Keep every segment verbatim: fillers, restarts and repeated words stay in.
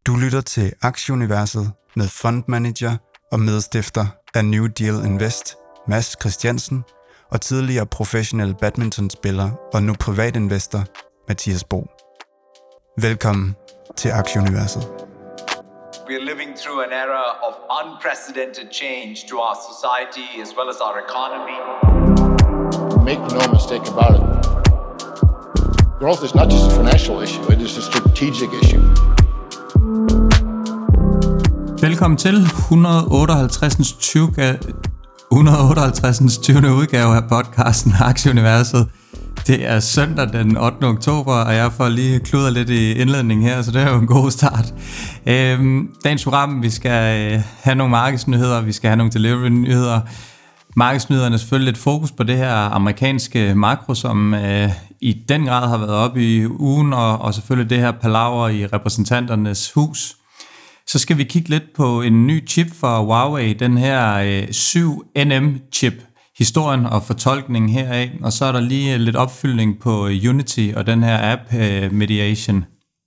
Du lytter til Aktieuniverset med fondmanager og medstifter af New Deal Invest, Mads Christiansen, og tidligere professionel badmintonspiller og nu privatinvestor, Mathias Bo. Velkommen til Aktieuniverset. We are living through an era of unprecedented change to our society as well as our economy. Make no mistake about it. Growth is not just a financial issue, it is a strategic issue. Velkommen til et hundrede og otteoghalvtreds. tyvende udgave af podcasten Aktieuniverset. Det er søndag den ottende oktober, og jeg får lige kludret lidt i indledningen her, så det er jo en god start. Øhm, dagens program, vi skal øh, have nogle markedsnyheder, vi skal have nogle delivery-nyheder. Markedsnyhederne er selvfølgelig lidt fokus på det her amerikanske makro, som øh, i den grad har været oppe i ugen, og, og selvfølgelig det her palaver i repræsentanternes hus. Så skal vi kigge lidt på en ny chip fra Huawei, den her øh, syv N M-chip, historien og fortolkningen heraf, og så er der lige lidt opfyldning på Unity og den her app øh, mediation.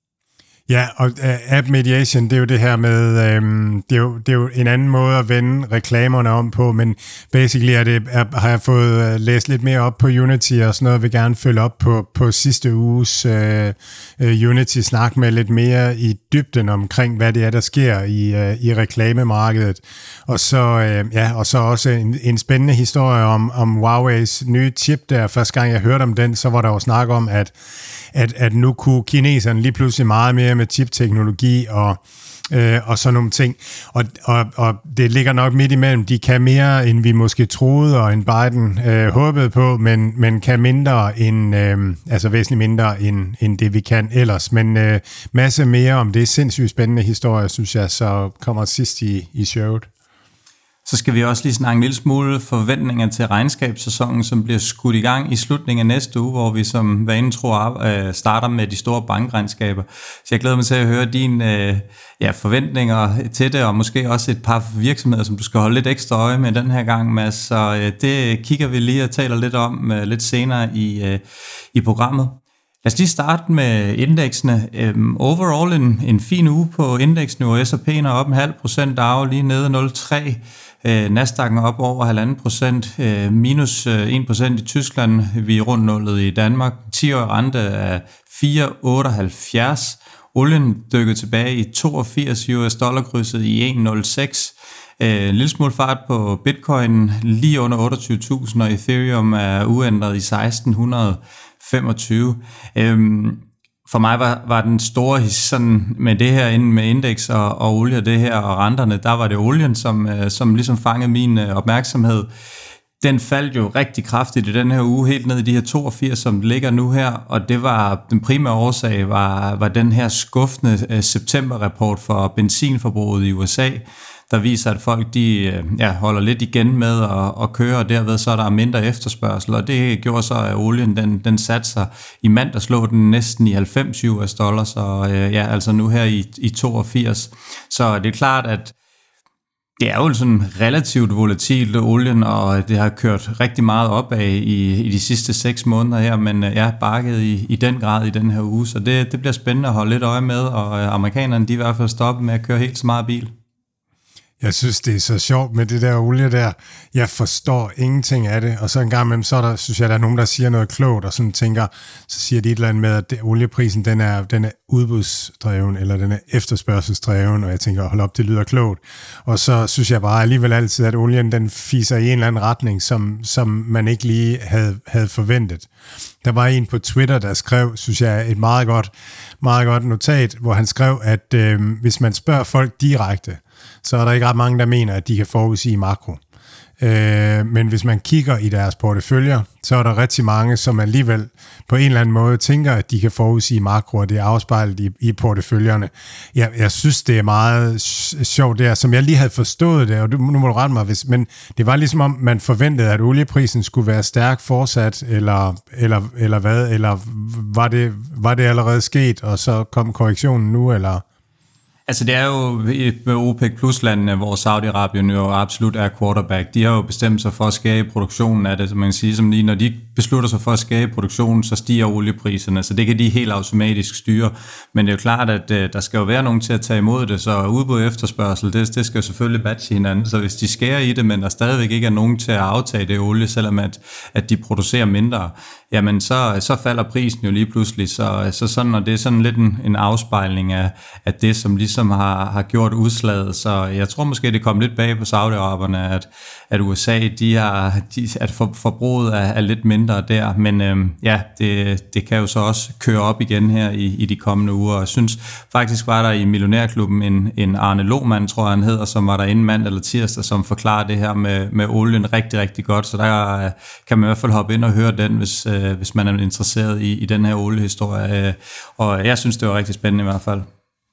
Ja, og uh, app mediation, det er jo det her med, øhm, det, er jo, det er jo en anden måde at vende reklamerne om på, men basically er det, er, har jeg fået uh, læst lidt mere op på Unity og sådan noget, jeg vil gerne følge op på, på sidste uges uh, uh, Unity-snak med lidt mere i dybden omkring, hvad det er, der sker i, uh, i reklamemarkedet. Og så, uh, ja, og så også en, en spændende historie om, om Huawei's nye chip der. Første gang jeg hørte om den, så var der jo snak om, at, at, at nu kunne kineserne lige pludselig meget mere med chipteknologi og, øh, og sådan nogle ting. Og, og, og det ligger nok midt imellem. De kan mere, end vi måske troede, og end Biden øh, håbede på, men, men kan mindre end, øh, altså væsentligt mindre end, end det, vi kan ellers. Men øh, masse mere om det sindssygt spændende historie, synes jeg, så kommer sidst i, i showet. Så skal vi også lige snakke en lille smule forventninger til regnskabssæsonen, som bliver skudt i gang i slutningen af næste uge, hvor vi som vanen tror starter med de store bankregnskaber. Så jeg glæder mig til at høre dine ja, forventninger til det, og måske også et par virksomheder, som du skal holde lidt ekstra øje med den her gang, Mads. Så det kigger vi lige og taler lidt om lidt senere i, i programmet. Lad os lige starte med indeksene. Um, overall en, en fin uge på indeksene, og S og P'en er op en halv procent, Dow lige nede nul komma tre, uh, Nasdaq'en op over halvanden procent, uh, minus uh, en procent i Tyskland, vi er rundt nullet i Danmark, ti-årig rente er fire komma otteoghalvfjerds, olien dykket tilbage i toogfirs, U S dollar krydset i en komma nul seks, uh, en lille smule fart på Bitcoin lige under otteogtyve tusind, og Ethereum er uændret i seksten femogtyve. Øhm, for mig var, var den store sådan med det her inden med indeks og, og olie det her og renterne, der var det olien, som, øh, som ligesom fangede min øh, opmærksomhed. Den faldt jo rigtig kraftigt i den her uge, helt ned i de her toogfirs, som ligger nu her, og det var den primære årsag, var, var den her skuffende øh, septemberrapport for benzinforbruget i U S A, der viser, at folk de, ja, holder lidt igen med at, at køre, og derved så er der mindre efterspørgsel, og det gjorde så, at olien den, den satte sig i mandag, slog den næsten i halvfems U S dollars, så ja, altså nu her i, i toogfirs. Så det er klart, at det er jo sådan relativt volatilt olien, og det har kørt rigtig meget opad i, i de sidste seks måneder her, men jeg har bakket i, i den grad i den her uge, så det, det bliver spændende at holde lidt øje med, og amerikanerne de er i hvert fald stoppet med at køre helt så meget bil. Jeg synes, det er så sjovt med det der olie der. Jeg forstår ingenting af det. Og så en gang imellem, så er der, synes jeg, der er nogen, der siger noget klogt, og sådan tænker, så siger de et eller andet med, at det, olieprisen, den er, den er udbudsdreven, eller den er efterspørgselsdreven, og jeg tænker, hold op, det lyder klogt. Og så synes jeg bare alligevel altid, at olien, den fiser i en eller anden retning, som, som man ikke lige havde, havde forventet. Der var en på Twitter, der skrev, synes jeg, et meget godt, meget godt notat, hvor han skrev, at øh, hvis man spørger folk direkte, så er der ikke ret mange, der mener, at de kan forudsige makro. Øh, men hvis man kigger i deres porteføljer, så er der rigtig mange, som alligevel på en eller anden måde tænker, at de kan forudsige makro, og det er afspejlet i, i porteføljerne. Jeg, jeg synes, det er meget sjovt der, som jeg lige havde forstået det, og nu må du rette mig, hvis, men det var ligesom om, man forventede, at olieprisen skulle være stærk fortsat, eller, eller, eller hvad, eller var det, var det allerede sket, og så kom korrektionen nu, eller... Altså det er jo med OPEC plus-landene, hvor Saudi-Arabien jo absolut er quarterback. De har jo bestemt sig for at skære i produktionen af det, så man kan sige, som lige når de beslutter sig for at skære produktionen, så stiger oliepriserne, så det kan de helt automatisk styre. Men det er jo klart, at øh, der skal jo være nogen til at tage imod det, så udbud og efterspørgsel, det, det skal jo selvfølgelig matche hinanden. Så hvis de skærer i det, men der stadigvæk ikke er nogen til at aftage det olie, selvom at, at de producerer mindre, jamen så, så falder prisen jo lige pludselig. Så, så sådan, og det er sådan lidt en, en afspejling af, af det, som ligesom har, har gjort udslaget. Så jeg tror måske, det kom lidt bag på Saudi-Araberne, at, at U S A, de har, de, at for, forbruget er, er lidt mindre der. Men øhm, ja, det, det kan jo så også køre op igen her i, i de kommende uger. Og jeg synes faktisk, var der i Millionærklubben en, en Arne Lohmann, tror jeg han hedder, som var der inden mandag eller tirsdag, som forklarer det her med, med olien rigtig, rigtig godt. Så der kan man i hvert fald hoppe ind og høre den, hvis, øh, hvis man er interesseret i, i den her oliehistorie. Og jeg synes, det var rigtig spændende i hvert fald.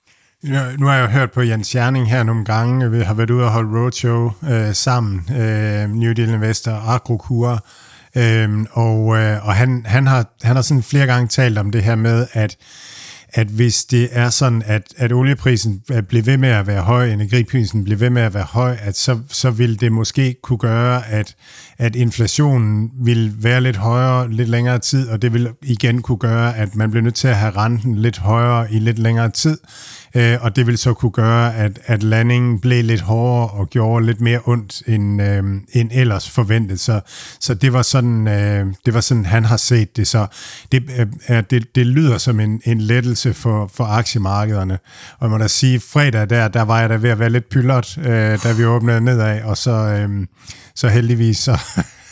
Nu har jeg jo hørt på Jens Hjerning her nogle gange. Vi har været ude og holde roadshow øh, sammen, øh, New Deal Investor og Agrokura. Øh, og øh, og han, han, har, han har sådan flere gange talt om det her med, at at hvis det er sådan, at, at olieprisen bliver ved med at være høj, energiprisen bliver ved med at være høj, at så, så vil det måske kunne gøre, at, at inflationen vil være lidt højere lidt længere tid, og det vil igen kunne gøre, at man bliver nødt til at have renten lidt højere i lidt længere tid, øh, og det vil så kunne gøre, at, at landingen blev lidt hårdere og gjorde lidt mere ondt end, øh, end ellers forventet. Så, så det var sådan, øh, det var sådan, han har set det. Så det, øh, det, det lyder som en, en lettelse for, for aktiemarkederne. Og jeg må da sige, fredag der, der var jeg da ved at være lidt pyldret, øh, da vi åbnede nedad, og så, øh, så heldigvis så,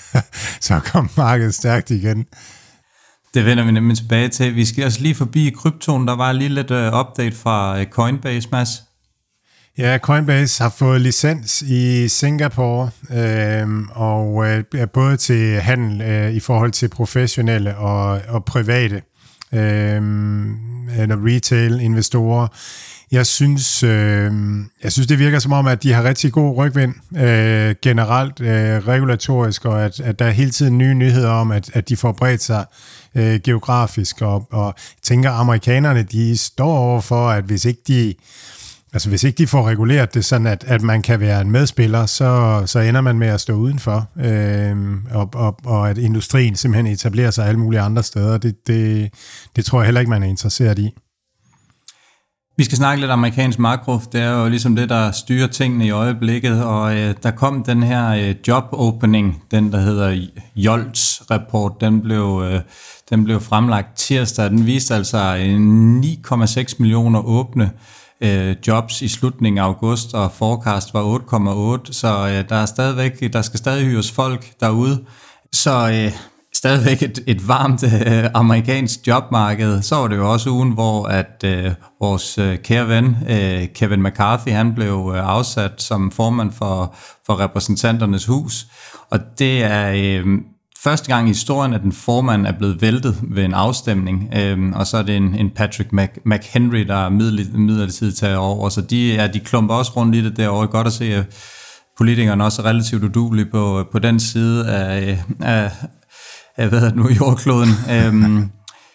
så kom markedet stærkt igen. Det vender vi nemlig tilbage til. Vi skal også lige forbi kryptoen. Der var lige lidt uh, update fra uh, Coinbase, Mads. Ja, Coinbase har fået licens i Singapore, øh, og øh, både til handel øh, i forhold til professionelle og, og private øh, retail-investorer. Jeg synes, øh, jeg synes, det virker som om, at de har rigtig god rygvind øh, generelt øh, regulatorisk, og at, at der er hele tiden nye nyheder om, at, at de får bredt sig øh, geografisk. Og, og jeg tænker, amerikanerne, de står overfor, at hvis ikke de, altså hvis ikke de får reguleret det sådan, at, at man kan være en medspiller, så, så ender man med at stå udenfor, øh, og, og, og at industrien simpelthen etablerer sig alle mulige andre steder. Det, det, det tror jeg heller ikke, man er interesseret i. Vi skal snakke lidt amerikansk makro. Det er jo ligesom det, der styrer tingene i øjeblikket, og øh, der kom den her øh, job opening, den der hedder J O L T S-rapport, den blev, øh, den blev fremlagt tirsdag. Den viste altså ni komma seks millioner åbne øh, jobs i slutningen af august, og forecast var otte komma otte, så øh, der er stadigvæk, der skal stadig hyres folk derude. Så øh, stadigvæk et, et varmt øh, amerikansk jobmarked. Så var det jo også ugen, hvor at øh, vores øh, kære ven øh, Kevin McCarthy, han blev øh, afsat som formand for, for repræsentanternes hus. Og det er øh, første gang i historien, at en formand er blevet væltet ved en afstemning. Øh, og så er det en, en Patrick Mc, McHenry, der er midlertidigt taget over. Så de, ja, de klumper også rundt i det derovre. Godt at se, at politikerne også er relativt uduelige på, på den side af... af hvad hedder det nu, jordkloden. øhm,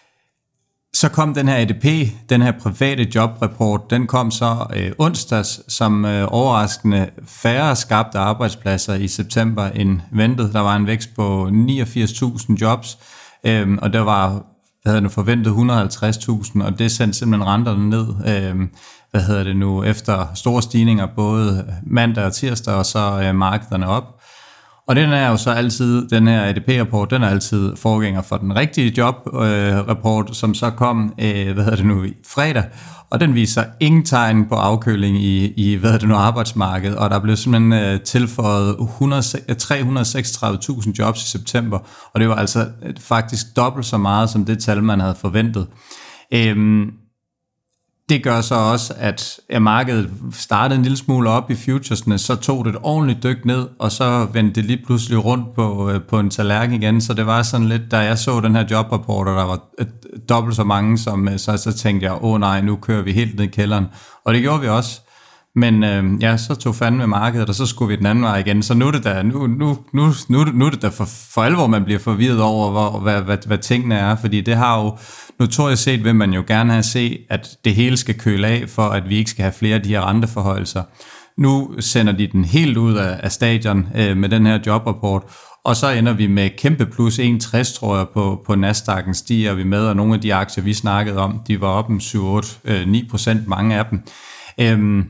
så kom den her A D P, den her private jobrapport, den kom så øh, onsdags, som øh, overraskende færre skabte arbejdspladser i september end ventet. Der var en vækst på niogfirs tusind jobs, øhm, og der var hvad hedder det, forventet et hundrede og halvtreds tusind, og det sendte simpelthen renterne ned, øhm, hvad hedder det nu, efter store stigninger både mandag og tirsdag, og så øh, markederne op. Og den er jo så altid, den her A D P-rapport, den er altid forgænger for den rigtige job-rapport, øh, som så kom, øh, hvad hedder det nu, i fredag, og den viser ingen tegn på afkøling i, i hvad hedder det nu, arbejdsmarkedet, og der blev simpelthen øh, tilføjet tre hundrede og seksogtredive tusind jobs i september, og det var altså faktisk dobbelt så meget som det tal, man havde forventet. Øhm, Det gør så også, at markedet startede en lille smule op i futuresne, så tog det et ordentligt dyk ned, og så vendte det lige pludselig rundt på, på en tallerken igen. Så det var sådan lidt, da jeg så den her jobrapport, og der var dobbelt så mange, som, så, så tænkte jeg, åh nej, nu kører vi helt ned i kælderen. Og det gjorde vi også. Men øh, ja, så tog fandme markedet, og så skulle vi den anden vej igen. Så nu er det da, nu, nu, nu, nu, nu er det da for, for alvor, man bliver forvirret over, hvor, hvad, hvad, hvad tingene er. Fordi det har jo notorisk set, vil man jo gerne have set, at det hele skal køle af, for at vi ikke skal have flere af de her renteforhøjelser. Nu sender de den helt ud af, af stadion øh, med den her jobrapport, Og så ender vi med kæmpe plus en komma tres, tror jeg, på, på Nasdaq'en stiger vi med, og nogle af de aktier, vi snakkede om, de var op om syv, otte, ni procent, mange af dem. Øhm,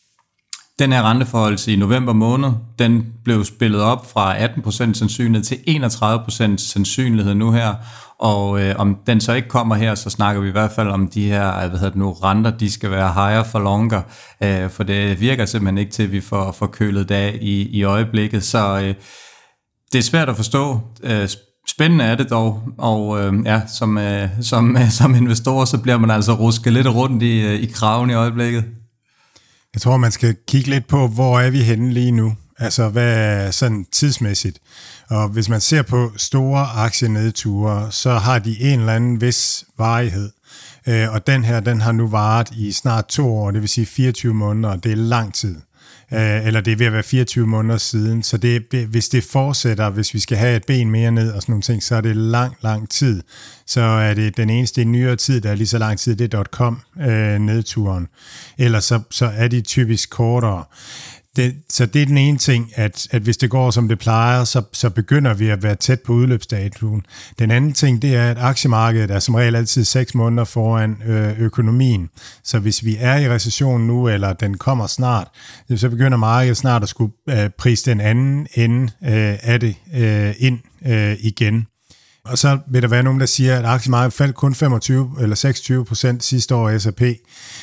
den her renteforholdelse i november måned, den blev spillet op fra atten procent sandsynlighed til enogtredive procent sandsynlighed nu her, og øh, om den så ikke kommer her, så snakker vi i hvert fald om de her, hvad hedder det nu, renter, de skal være higher for longer, øh, for det virker simpelthen ikke til, at vi får, får kølet det af i, i øjeblikket, så øh, det er svært at forstå. Øh, spændende er det dog, og øh, ja, som, øh, som, øh, som investor, så bliver man altså rusket lidt rundt i, øh, i kraven i øjeblikket. Jeg tror, man skal kigge lidt på, hvor er vi henne lige nu. Altså, hvad er sådan tidsmæssigt? Og hvis man ser på store aktienedture, så har de en eller anden vis varighed. Og den her, den har nu varet i snart to år, det vil sige fireogtyve måneder, det er lang tid. Eller det er ved at være fireogtyve måneder siden, så det, hvis det fortsætter, hvis vi skal have et ben mere ned og sådan nogle ting, så er det lang, lang tid. Så er det den eneste i nyere tid, der er lige så lang tid, det er dot-com-nedturen. Ellers så, så er de typisk kortere. Det, så det er den ene ting, at, at hvis det går som det plejer, så, så begynder vi at være tæt på udløbsdatuen. Den anden ting, det er, at aktiemarkedet er som regel altid seks måneder foran øh, økonomien. Så hvis vi er i recession nu, eller den kommer snart, så begynder markedet snart at skulle øh, prise den anden ende øh, af det øh, ind øh, igen. Og så vil der være nogen, der siger, at aktiemarkedet faldt kun femogtyve eller seksogtyve procent sidste år S og P.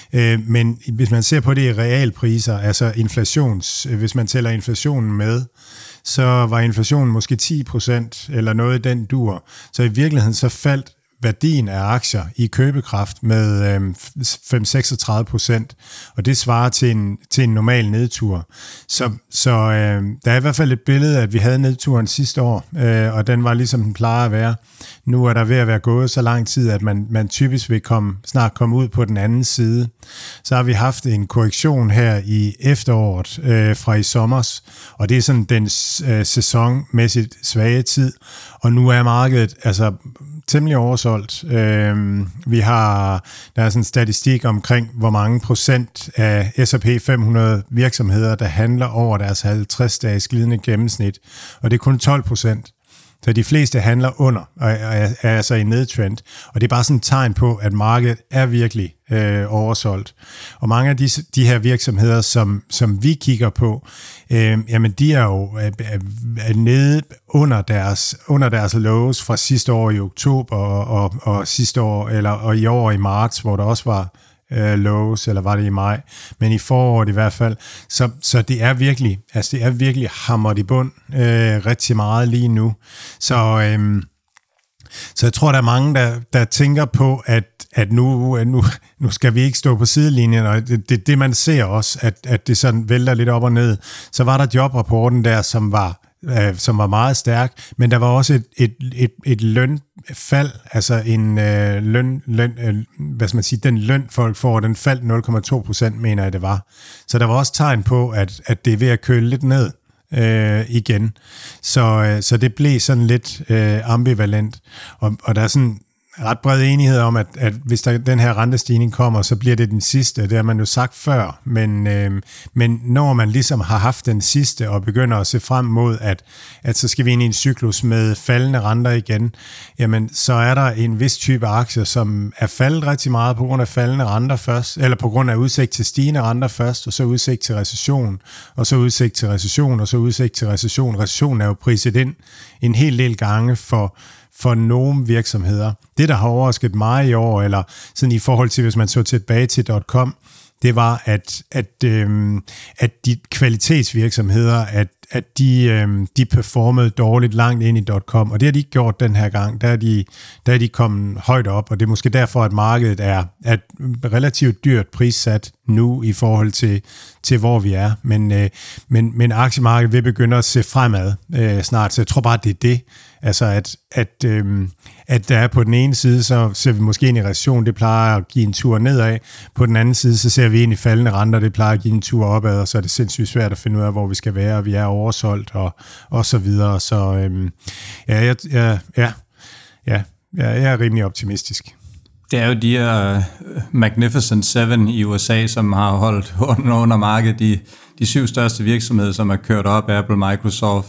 Men hvis man ser på det i realpriser, altså inflations, hvis man tæller inflationen med, så var inflationen måske ti procent eller noget i den dur. Så i virkeligheden så faldt værdien af aktier i købekraft med øh, fem til seksogtredive procent, og det svarer til en, til en normal nedtur. Så, så øh, der er i hvert fald et billede, at vi havde nedturen sidste år, øh, og den var ligesom den plejer at være. Nu er der ved at være gået så lang tid, at man, man typisk vil komme, snart komme ud på den anden side. Så har vi haft en korrektion her i efteråret øh, fra i sommers, og det er sådan den øh, sæsonmæssigt svage tid, og nu er markedet altså temmelig oversolgt. Øh, vi har, der er sådan en statistik omkring, hvor mange procent af S og P fem hundrede virksomheder, der handler over deres halvtreds dages glidende gennemsnit, og det er kun tolv procent. Så de fleste handler under, og er, er altså i nedtrend, og det er bare sådan et tegn på, at markedet er virkelig øh, oversolgt. Og mange af de, de her virksomheder, som, som vi kigger på, øh, jamen de er jo er, er nede under deres, under deres lows fra sidste år i oktober, og, og, og sidste år, eller og i år i marts, hvor der også var Uh, lows, eller var det i maj, men i foråret i hvert fald, så, så det er virkelig, altså det er virkelig hamret i bund uh, rigtig meget lige nu. Så, um, så jeg tror, der er mange, der, der tænker på, at, at nu, nu, nu skal vi ikke stå på sidelinjen, og det, det, det man ser også, at, at det sådan vælter lidt op og ned. Så var der jobrapporten der, som var som var meget stærk, men der var også et, et, et, et lønfald, altså en øh, løn, løn øh, hvad skal man sige, den løn folk får, den faldt nul komma to procent, mener jeg det var. Så der var også tegn på, at, at det er ved at køle lidt ned øh, igen. Så, øh, så det blev sådan lidt øh, ambivalent, og, og der er sådan ret bred enighed om, at, at hvis der, den her rentestigning kommer, så bliver det den sidste. Det har man jo sagt før, men, øh, men når man ligesom har haft den sidste og begynder at se frem mod, at, at så skal vi ind i en cyklus med faldende renter igen, jamen så er der en vis type aktier, som er faldet rigtig meget på grund af faldende renter først, eller på grund af udsigt til stigende renter først, og så udsigt til recession, og så udsigt til recession, og så udsigt til recession. Recession er jo priset ind en hel del gange for for nogle virksomheder. Det, der har overrasket mig i år, eller sådan i forhold til, hvis man så tilbage til .com, det var, at, at, øhm, at de kvalitetsvirksomheder, at, at de, øhm, de performede dårligt langt ind i .com, og det har de ikke gjort den her gang. Der er de, der er de kommet højt op, og det er måske derfor, at markedet er, er relativt dyrt prissat nu i forhold til, til hvor vi er. Men, øh, men, men aktiemarkedet vil begynde at se fremad øh, snart, så jeg tror bare, det er det. Altså, at, at, øhm, at der er på den ene side, så ser vi måske ind i recession, det plejer at give en tur nedad. På den anden side, så ser vi ind i faldende renter, det plejer at give en tur opad, og så er det sindssygt svært at finde ud af, hvor vi skal være, og vi er oversolgt, og, og så videre. Så øhm, ja, jeg, ja, ja, ja, jeg er rimelig optimistisk. Det er jo de her Magnificent Seven i U S A, som har holdt under markedet, de, de syv største virksomheder, som er kørt op, Apple, Microsoft,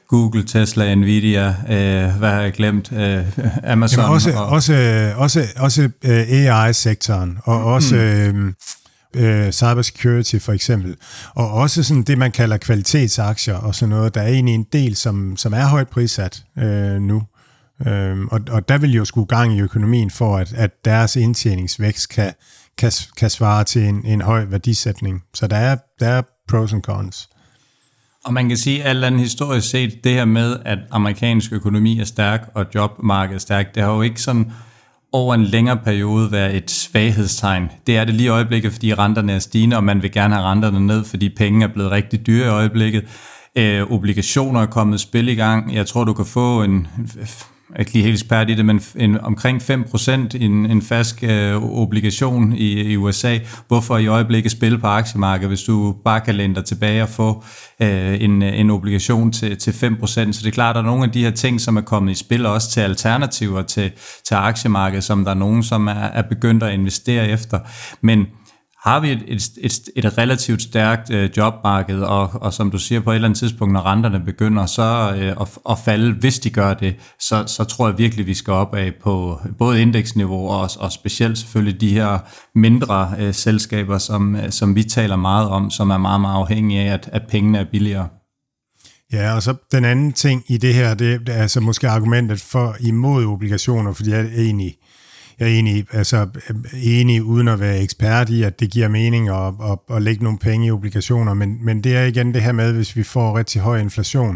Google, Tesla, Nvidia, øh, hvad har jeg glemt, øh, Amazon. Jamen også, og... også, også, også A I-sektoren, og også mm. øh, øh, cybersecurity for eksempel, og også sådan det, man kalder kvalitetsaktier og sådan noget. Der er egentlig en del, som, som er højt prissat øh, nu. Øhm, og, og der vil jo skulle gang i økonomien for, at, at deres indtjeningsvækst kan, kan, kan svare til en, en høj værdisætning. Så der er, der er pros and cons. Og man kan sige, at alt andet historisk set, det her med, at amerikansk økonomi er stærk og jobmarkedet er stærk, det har jo ikke sådan over en længere periode været et svaghedstegn. Det er det lige i øjeblikket, fordi renterne er stigende, og man vil gerne have renterne ned, fordi penge er blevet rigtig dyre i øjeblikket. Øh, obligationer er kommet spil i gang. Jeg tror, du kan få en... Jeg er ikke lige helt ekspert i det, men en, omkring fem procent i en, en fast øh, obligation i, i U S A. Hvorfor i øjeblikket spille på aktiemarkedet, hvis du bare kan læne dig tilbage og få øh, en, en obligation til, til fem procent? Så det er klart, at der er nogle af de her ting, som er kommet i spil, også til alternativer til, til aktiemarkedet, som der er nogen, som er, er begyndt at investere efter. Men har vi et, et, et, et relativt stærkt øh, jobmarked, og, og som du siger, på et eller andet tidspunkt, når renterne begynder så øh, at, at falde, hvis de gør det, så, så tror jeg virkelig, vi skal op af på både indeksniveau og, og specielt selvfølgelig de her mindre øh, selskaber, som, øh, som vi taler meget om, som er meget, meget afhængige af, at, at pengene er billigere. Ja, og så den anden ting i det her, det er altså måske argumentet for imod obligationer, fordi jeg er enig Jeg er enig, altså, enig uden at være ekspert i, at det giver mening at, at, at lægge nogle penge i obligationer, men, men det er igen det her med, hvis vi får rigtig høj inflation.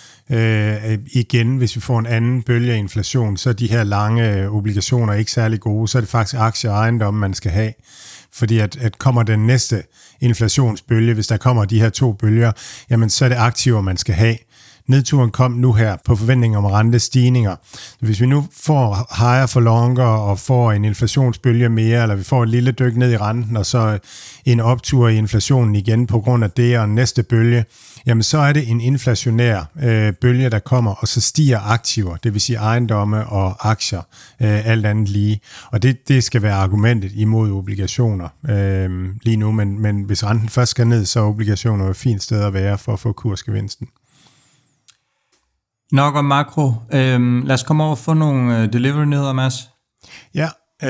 Øh, igen, hvis vi får en anden bølge af inflation, så er de her lange obligationer ikke særlig gode, så er det faktisk aktier og ejendom, man skal have. Fordi at, at kommer den næste inflationsbølge, hvis der kommer de her to bølger, jamen så er det aktiver, man skal have. Nedturen kom nu her på forventning om rentestigninger. Hvis vi nu får higher for longer og får en inflationsbølge mere, eller vi får et lille dyk ned i renten, og så en optur i inflationen igen på grund af det, og næste bølge, jamen så er det en inflationær øh, bølge, der kommer, og så stiger aktiver, det vil sige ejendomme og aktier, øh, alt andet lige. Og det, det skal være argumentet imod obligationer øh, lige nu, men, men hvis renten først skal ned, så er obligationer et fint sted at være for at få kursgevinsten. Nok om makro. Øhm, lad os komme over og få nogle øh, delivery-nyheder, Mads. Ja,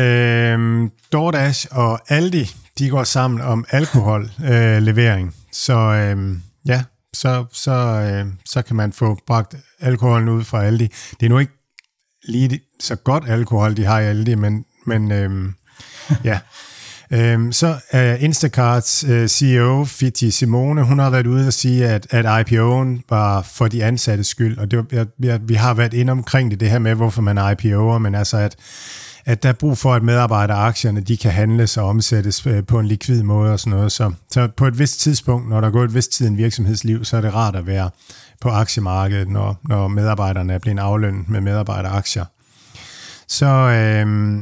øh, DoorDash og Aldi, de går sammen om alkohollevering. Øh, så øh, ja, så, så, øh, så kan man få bragt alkoholen ud fra Aldi. Det er nu ikke lige så godt alkohol, de har i Aldi, men, men øh, ja... Øhm, så er Instacarts øh, C E O, Fiti Simone, hun har været ude og sige, at, at I P O'en var for de ansattes skyld, og det, jeg, vi har været inde omkring det, det her med, hvorfor man I P O'er, men altså, at, at der er brug for, at medarbejderaktierne, de kan handles og omsættes øh, på en likvid måde og sådan noget. Så, så på et vist tidspunkt, når der går et vist tid i en virksomhedsliv, så er det rart at være på aktiemarkedet, når, når medarbejderne er blevet aflønnet med medarbejderaktier. Så... Øh,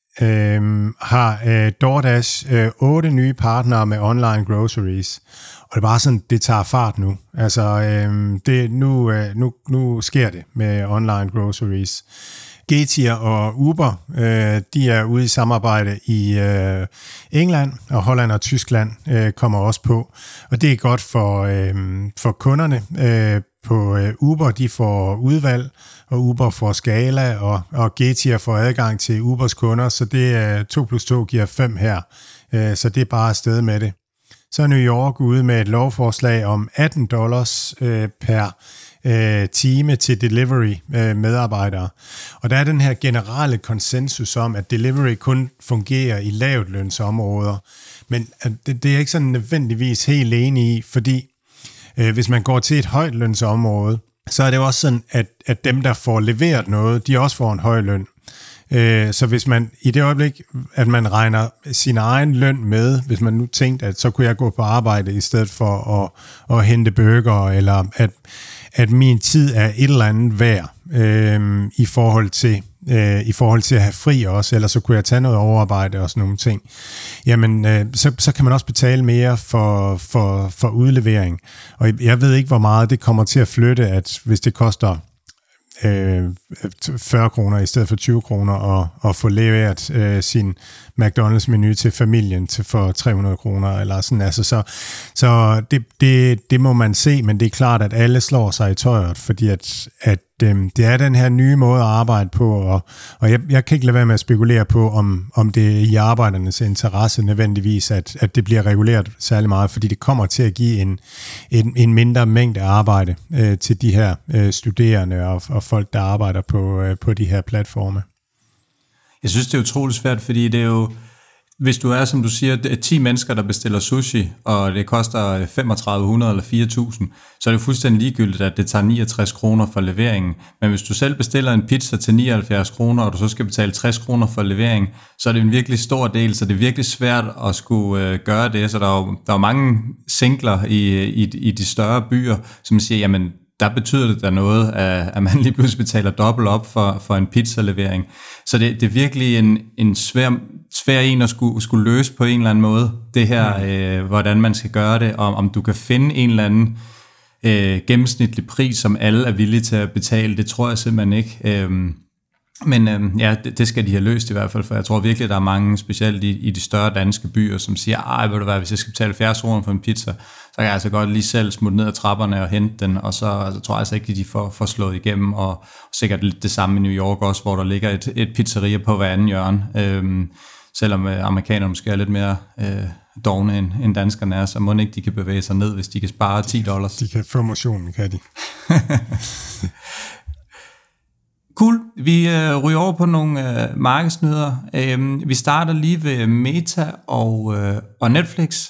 Øhm, har øh, DoorDash øh, otte nye partnere med online groceries, og det er bare sådan, det tager fart nu. Altså, øh, det, nu, øh, nu, nu sker det med online groceries. Getir og Uber, øh, de er ude i samarbejde i øh, England, og Holland og Tyskland øh, kommer også på, og det er godt for, øh, for kunderne. Øh, på øh, Uber, de får udvalg, og Uber får skala, og, og Getir får adgang til Ubers kunder, så det er to plus to giver fem her, øh, så det er bare afsted med det. Så er New York ude med et lovforslag om atten dollars øh, per øh, time til delivery øh, medarbejdere. Og der er den her generelle konsensus om, at delivery kun fungerer i lavt lønsområder, men det, det er ikke sådan nødvendigvis helt enig i, fordi øh, hvis man går til et højt lønsområde, så er det jo også sådan, at, at dem, der får leveret noget, de også får en høj løn. Så hvis man i det øjeblik, at man regner sin egen løn med, hvis man nu tænkte, at så kunne jeg gå på arbejde i stedet for at, at hente burger, eller at, at min tid er et eller andet værd øh, i, forhold til, øh, i forhold til at have fri også, eller så kunne jeg tage noget overarbejde og sådan nogle ting, jamen øh, så, så kan man også betale mere for, for, for udlevering. Og jeg ved ikke, hvor meget det kommer til at flytte, at hvis det koster øh, fyrre kroner i stedet for tyve kroner, og, og få leveret øh, sin McDonald's-menu til familien til for tre hundrede kroner, eller sådan, altså, så, så det, det, det må man se, men det er klart, at alle slår sig i tøjet, fordi at, at øh, det er den her nye måde at arbejde på, og, og jeg, jeg kan ikke lade være med at spekulere på, om, om det er i arbejdernes interesse nødvendigvis, at, at det bliver reguleret særlig meget, fordi det kommer til at give en, en, en mindre mængde arbejde øh, til de her øh, studerende og, og folk, der arbejder på, øh, på de her platforme. Jeg synes, det er utroligt svært, fordi det er jo, hvis du er, som du siger, ti mennesker, der bestiller sushi, og det koster femogtredive hundrede eller fire tusind, så er det fuldstændig ligegyldigt, at det tager niogtres kroner for leveringen. Men hvis du selv bestiller en pizza til nioghalvfjerds kroner, og du så skal betale tres kroner for levering, så er det en virkelig stor del, så det er virkelig svært at skulle øh, gøre det. Så der er jo der er mange singler i, i, i de større byer, som siger, jamen, der betyder det da noget, at man lige pludselig betaler dobbelt op for, for en pizzalevering. Så det, det er virkelig en, en svær, svær en at skulle, skulle løse på en eller anden måde, det her, mm. øh, hvordan man skal gøre det, og om du kan finde en eller anden øh, gennemsnitlig pris, som alle er villige til at betale, det tror jeg simpelthen ikke. Øhm, men øh, ja, det, det skal de have løst i hvert fald, for jeg tror virkelig, der er mange, specielt i, i de større danske byer, som siger, ej, ved du hvad, hvis jeg skal betale halvfjerds kroner for en pizza, så kan jeg altså godt lige selv smutte ned ad trapperne og hente den, og så altså, tror jeg altså ikke, at de får, får slået igennem, og, og sikkert lidt det samme i New York også, hvor der ligger et, et pizzeria på hver anden hjørne, øhm, selvom øh, amerikanerne måske er lidt mere øh, dogne end, end danskerne er, så må ikke de kan bevæge sig ned, hvis de kan spare ti dollars. De kan få motionen, kan de. Cool. Vi øh, ryger over på nogle øh, markedsnyheder. Øh, vi starter lige ved Meta og, øh, og Netflix.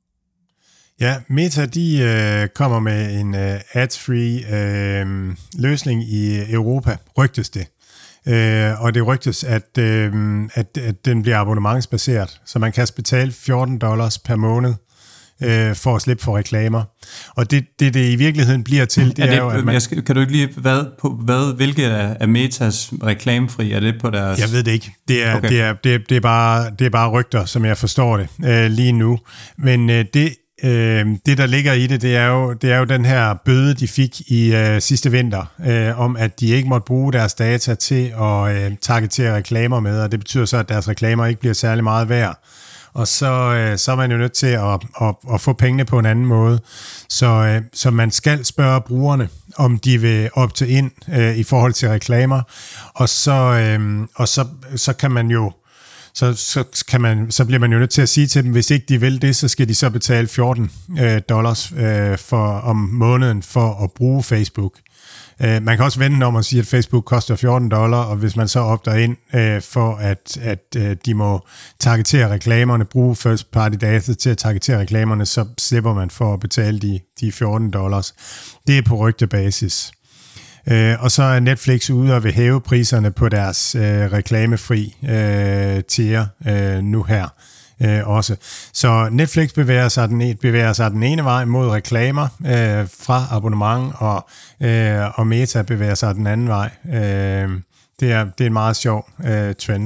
Ja, Meta, de øh, kommer med en øh, ads-free øh, løsning i Europa, rygtes det. Øh, og det rygtes, at, øh, at, at den bliver abonnementsbaseret, så man kan betale fjorten dollars per måned øh, for at slippe for reklamer. Og det, det, det i virkeligheden bliver til, det er, det, er jo, at man... Skal, kan du ikke lige, hvad, på, hvad, hvilke af Metas reklamefri er det på deres... Jeg ved det ikke. Det er, okay. det er, det er, det er, bare, det er bare rygter, som jeg forstår det øh, lige nu. Men øh, det... Øh, det, der ligger i det, det er jo, det er jo den her bøde, de fik i øh, sidste vinter, øh, om at de ikke måtte bruge deres data til at øh, targetere reklamer med, og det betyder så, at deres reklamer ikke bliver særlig meget værd. Og så, øh, så er man jo nødt til at, at, at få pengene på en anden måde. Så, øh, så man skal spørge brugerne, om de vil opte ind øh, i forhold til reklamer, og så, øh, og så, så kan man jo Så, så, kan man, så bliver man jo nødt til at sige til dem, hvis ikke de vil det, så skal de så betale fjorten dollars øh, for, om måneden for at bruge Facebook. Øh, man kan også vende om og sige, at Facebook koster fjorten dollar, og hvis man så opter ind øh, for, at, at øh, de må targetere reklamerne, bruge first party data til at targetere reklamerne, så slipper man for at betale de, de fjorten dollars. Det er på rygtebasis. Øh, og så er Netflix ude og vil hæve priserne på deres øh, reklamefri øh, tier øh, nu her øh, også. Så Netflix bevæger sig den, bevæger sig den ene vej mod reklamer øh, fra abonnement, og, øh, og Meta bevæger sig den anden vej. Øh, det, er, det er en meget sjov øh, trend.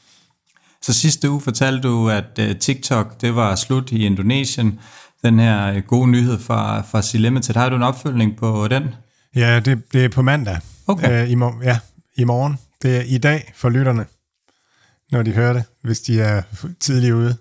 Så sidste uge fortalte du, at uh, TikTok, det var slut i Indonesien. Den her gode nyhed fra, fra C-Limited. Har du en opfølgning på den? Ja, det, det er på mandag. Okay. Øh, i, mor- ja, i morgen. Det er i dag for lytterne, når de hører det, hvis de er tidligt ude.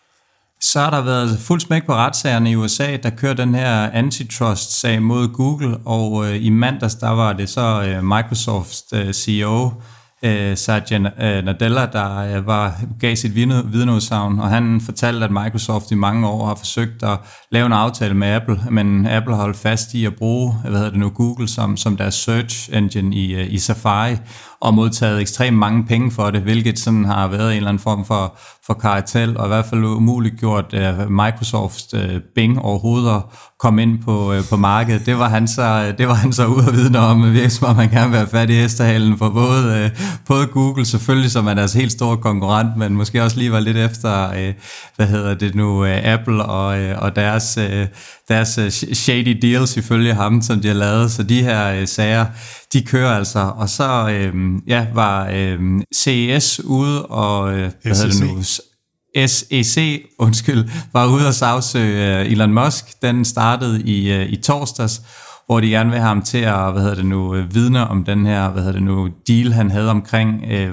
Så har der været fuld smæk på retssagerne i U S A, der kører den her antitrust-sag mod Google, og øh, i mandags, der var det så øh, Microsofts øh, C E O, øh, Satya øh, Nadella, der øh, var, gav sit vidneudsagn, og han fortalte, at Microsoft i mange år har forsøgt at lave en aftale med Apple, men Apple har holdt fast i at bruge, hvad hedder det nu, Google som, som deres search engine i, i Safari, og modtaget ekstremt mange penge for det, hvilket sådan har været en eller anden form for, for kartel, og i hvert fald umuligt gjort uh, Microsofts uh, Bing overhovedet at komme ind på, uh, på markedet. Det var han så, det var han så ude at vidne om, virkelig som om man gerne vil være fat i hestehalen for både, uh, både Google, selvfølgelig som er deres helt store konkurrent, men måske også lige var lidt efter, uh, hvad hedder det nu, uh, Apple og, uh, og deres, uh, deres uh, shady deals ifølge ham, som de har lavet. Så de her uh, sager, de kører altså, og så øh, ja, var øh, C E S ude, og øh, hvad hedder det nu? S E C, undskyld, var ude og sagsøge øh, Elon Musk. Den startede i, øh, i torsdags, hvor de gerne vil have ham til at, hvad hedder det nu, vidne om den her, hvad hedder det nu, deal, han havde omkring øh,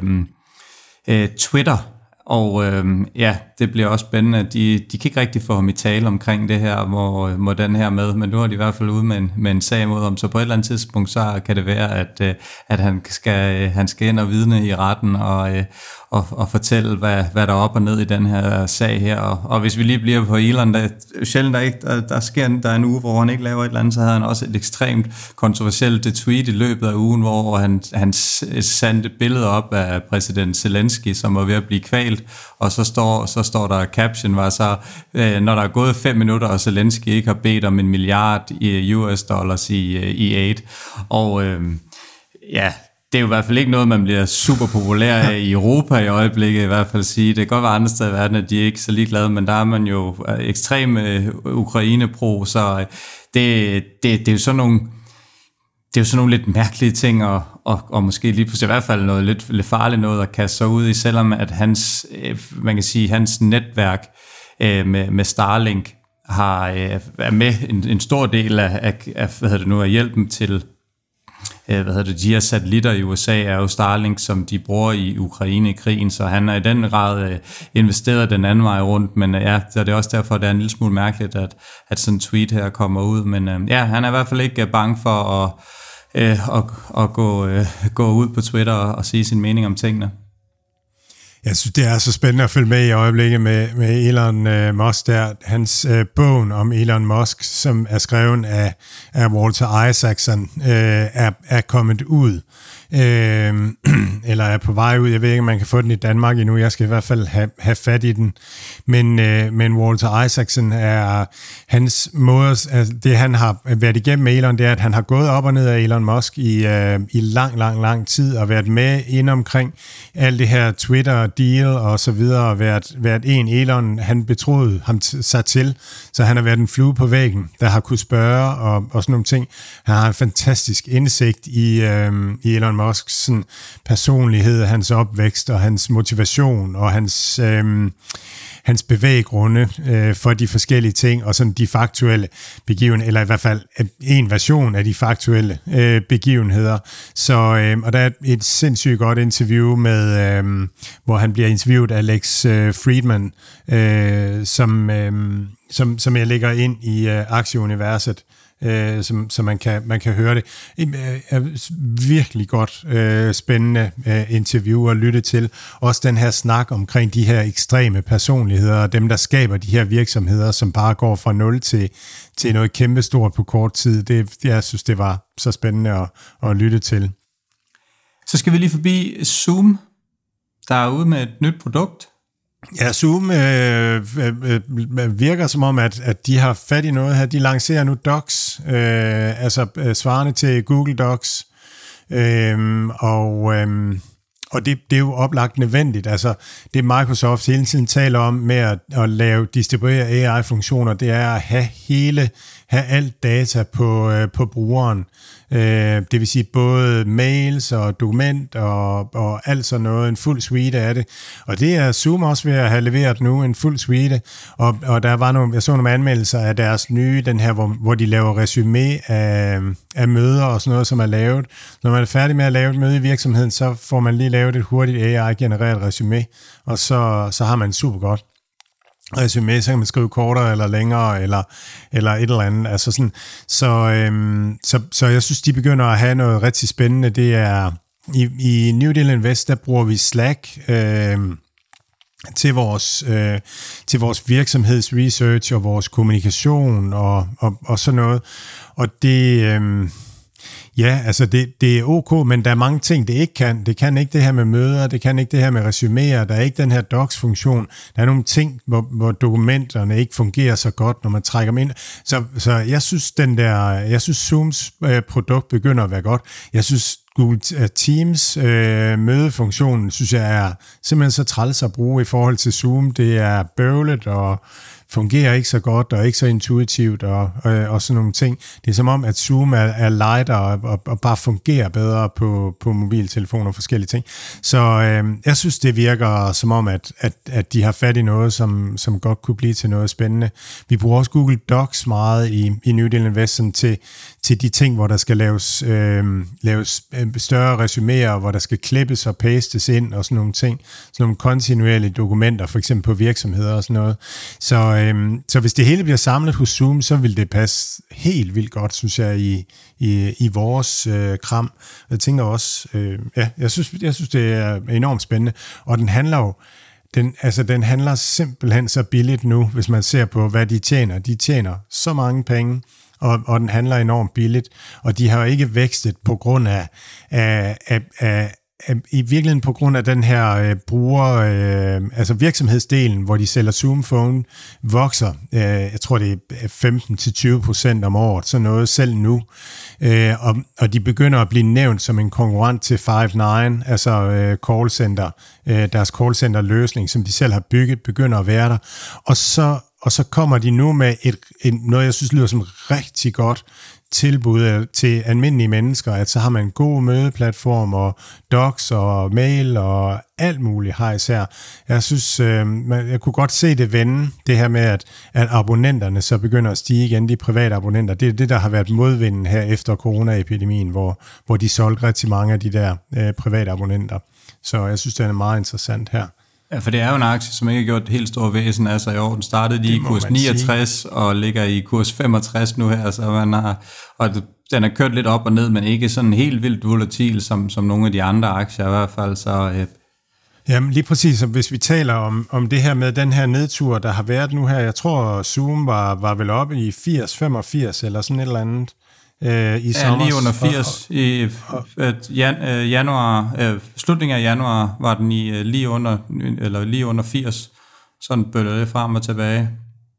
øh, Twitter. Og øh, ja, det bliver også spændende. De, de kan ikke rigtig få ham i tale omkring det her, hvor, hvor den her med, men nu er de i hvert fald ude med en, med en sag mod ham, så på et eller andet tidspunkt, så kan det være, at, at han, skal, han skal ind og vidne i retten og, og, og fortælle, hvad, hvad der er op og ned i den her sag her. Og, og hvis vi lige bliver på Elon, der, sjældent der, ikke, der, der sker der er en uge, hvor han ikke laver et eller andet, så havde han også et ekstremt kontroversielt tweet i løbet af ugen, hvor han, han sendte billeder op af præsident Zelensky, som var ved at blive kvalt, og så står, så står der caption, var så, øh, når der er gået fem minutter, og Zelensky ikke har bedt om en milliard i U S dollars i, i aid. Og øh, ja, det er jo i hvert fald ikke noget, man bliver super populær af i Europa i øjeblikket, i hvert fald sige. Det kan godt være andre steder i verden, at de er ikke så ligeglade, men der er man jo ekstrem øh, Ukraine-pro, så det, det, det er jo sådan nogle det er jo sådan nogle lidt mærkelige ting, og, og, og måske lige pludselig i hvert fald noget lidt, lidt farligt noget at kaste sig ud i, selvom at hans, man kan sige, hans netværk øh, med, med Starlink har, øh, er med en, en stor del af, af, af, hvad hedder det nu, af hjælpen til, øh, hvad hedder det, de her satellitter i U S A er jo Starlink, som de bruger i Ukraine-krigen, så han er i den grad øh, investeret den anden vej rundt, men øh, ja, så det er også derfor, det er en lille smule mærkeligt, at, at sådan en tweet her kommer ud, men øh, ja, han er i hvert fald ikke bange for at Øh, og, og gå, øh, gå ud på Twitter og, og sige sin mening om tingene. Jeg synes, det er så spændende at følge med i øjeblikket med, med Elon øh, Musk der. Hans øh, bogen om Elon Musk, som er skrevet af, af Walter Isaacson, øh, er, er kommet ud. Øh, eller er på vej ud. Jeg ved ikke, om man kan få den i Danmark endnu. Jeg skal i hvert fald have, have fat i den. Men, øh, men Walter Isaacson er hans måde, altså det han har været igennem med Elon, det er, at han har gået op og ned af Elon Musk i, øh, i lang, lang, lang tid og været med ind omkring alt det her Twitter-deal og så videre, og været, været en Elon, han betroede ham t- sig til, så han har været en flue på væggen, der har kunne spørge og, og sådan nogle ting. Han har en fantastisk indsigt i, øh, i Elon Musks sådan, personlighed, hans opvækst og hans motivation og hans, øh, hans bevæggrunde øh, for de forskellige ting og sådan de faktuelle begivenheder, eller i hvert fald en version af de faktuelle øh, begivenheder. Så, øh, og der er et sindssygt godt interview med, øh, hvor han bliver interviewet af Alex øh, Friedman, øh, som, øh, som, som jeg lægger ind i øh, aktieuniverset. Øh, som, så man kan, man kan høre det. Et øh, virkelig godt øh, spændende øh, interview at lytte til. Også den her snak omkring de her ekstreme personligheder, og dem, der skaber de her virksomheder, som bare går fra nul til, til noget kæmpestort på kort tid. Det, jeg synes, det var så spændende at, at lytte til. Så skal vi lige forbi Zoom, der er ude med et nyt produkt. Ja, Zoom øh, øh, virker som om, at, at de har fat i noget her. De lancerer nu Docs, øh, altså øh, svarende til Google Docs, øh, og, øh, og det, det er jo oplagt nødvendigt. Altså, det Microsoft hele tiden taler om med at, at lave distribuere A I-funktioner, det er at have hele, have alt data på, øh, på brugeren. Øh, det vil sige både mails og dokument og, og alt sådan noget, en fuld suite af det. Og det er Zoom også ved at have leveret nu, en fuld suite. Og, og der var nogle, jeg så nogle anmeldelser af deres nye, den her, hvor, hvor de laver resumé af, af møder og sådan noget, som er lavet. Når man er færdig med at lave et møde i virksomheden, så får man lige lavet et hurtigt A I-genereret resumé, og så, så har man super godt resume, så kan man skrive kortere eller længere, eller, eller et eller andet. Altså sådan, så, øhm, så, så jeg synes, de begynder at have noget rigtig spændende. Det er, i, i New Deal Invest, der bruger vi Slack øhm, til, vores, øh, til vores virksomhedsresearch og vores kommunikation og, og, og sådan noget. Og det... Øhm, Ja, altså det, det er ok, men der er mange ting, det ikke kan. Det kan ikke det her med møder, det kan ikke det her med resuméer, der er ikke den her docs-funktion. Der er nogle ting, hvor, hvor dokumenterne ikke fungerer så godt, når man trækker dem ind. Så, så jeg synes, den der, jeg synes Zooms øh, produkt begynder at være godt. Jeg synes Google Teams øh, mødefunktionen, synes jeg er simpelthen så træls at bruge i forhold til Zoom. Det er bøvlet og fungerer ikke så godt og ikke så intuitivt og, og, og sådan nogle ting. Det er som om, at Zoom er, er light og, og, og bare fungerer bedre på, på mobiltelefoner og forskellige ting. Så øh, jeg synes, det virker som om, at, at, at de har fat i noget, som, som godt kunne blive til noget spændende. Vi bruger også Google Docs meget i, i New Deal Invest til, til de ting, hvor der skal laves, øh, laves større resuméer, hvor der skal klippes og pastes ind og sådan nogle ting. Sådan nogle kontinuerlige dokumenter, for eksempel på virksomheder og sådan noget. Så, øh, så hvis det hele bliver samlet hos Zoom, så vil det passe helt vildt godt, synes jeg, i, i, i vores øh, kram. Jeg tænker også, øh, ja, jeg synes, jeg synes, det er enormt spændende. Og den handler jo, Den, altså, den handler simpelthen så billigt nu, hvis man ser på, hvad de tjener. De tjener så mange penge, og, og den handler enormt billigt, og de har jo ikke vækstet på grund af, af, af, af, af i virkeligheden på grund af den her øh, bruger, øh, altså virksomhedsdelen, hvor de sælger Zoom Phone, vokser, øh, jeg tror det er femten til tyve procent om året, så noget selv nu, øh, og, og de begynder at blive nævnt som en konkurrent til Five nine, altså øh, callcenter, øh, deres callcenter løsning, som de selv har bygget, begynder at være der, og så Og så kommer de nu med et, et, noget, jeg synes lyder som rigtig godt tilbud til almindelige mennesker, at så har man en god mødeplatform og docs og mail og alt muligt har især. Jeg synes, øh, jeg kunne godt se det vende, det her med, at, at abonnenterne så begynder at stige igen, de private abonnenter. Det er det, der har været modvinden her efter coronaepidemien, hvor, hvor de solgte rigtig mange af de der øh, private abonnenter. Så jeg synes, det er meget interessant her. Ja, for det er jo en aktie, som ikke har gjort et helt stort væsen af sig i år. Den startede lige i kurs niogtres sige. Og ligger i kurs femogtres nu her, så man har, og den har kørt lidt op og ned, men ikke sådan helt vildt volatil, som, som nogle af de andre aktier i hvert fald. Så, øh. Jamen lige præcis, hvis vi taler om, om det her med den her nedtur, der har været nu her, jeg tror Zoom var, var vel oppe i firs femogfirs eller sådan et eller andet. Øh, i ja, lige under firs. I jan, øh, januar, øh, slutningen af januar var den i øh, lige under eller lige under firs. Sådan bølger det frem og tilbage.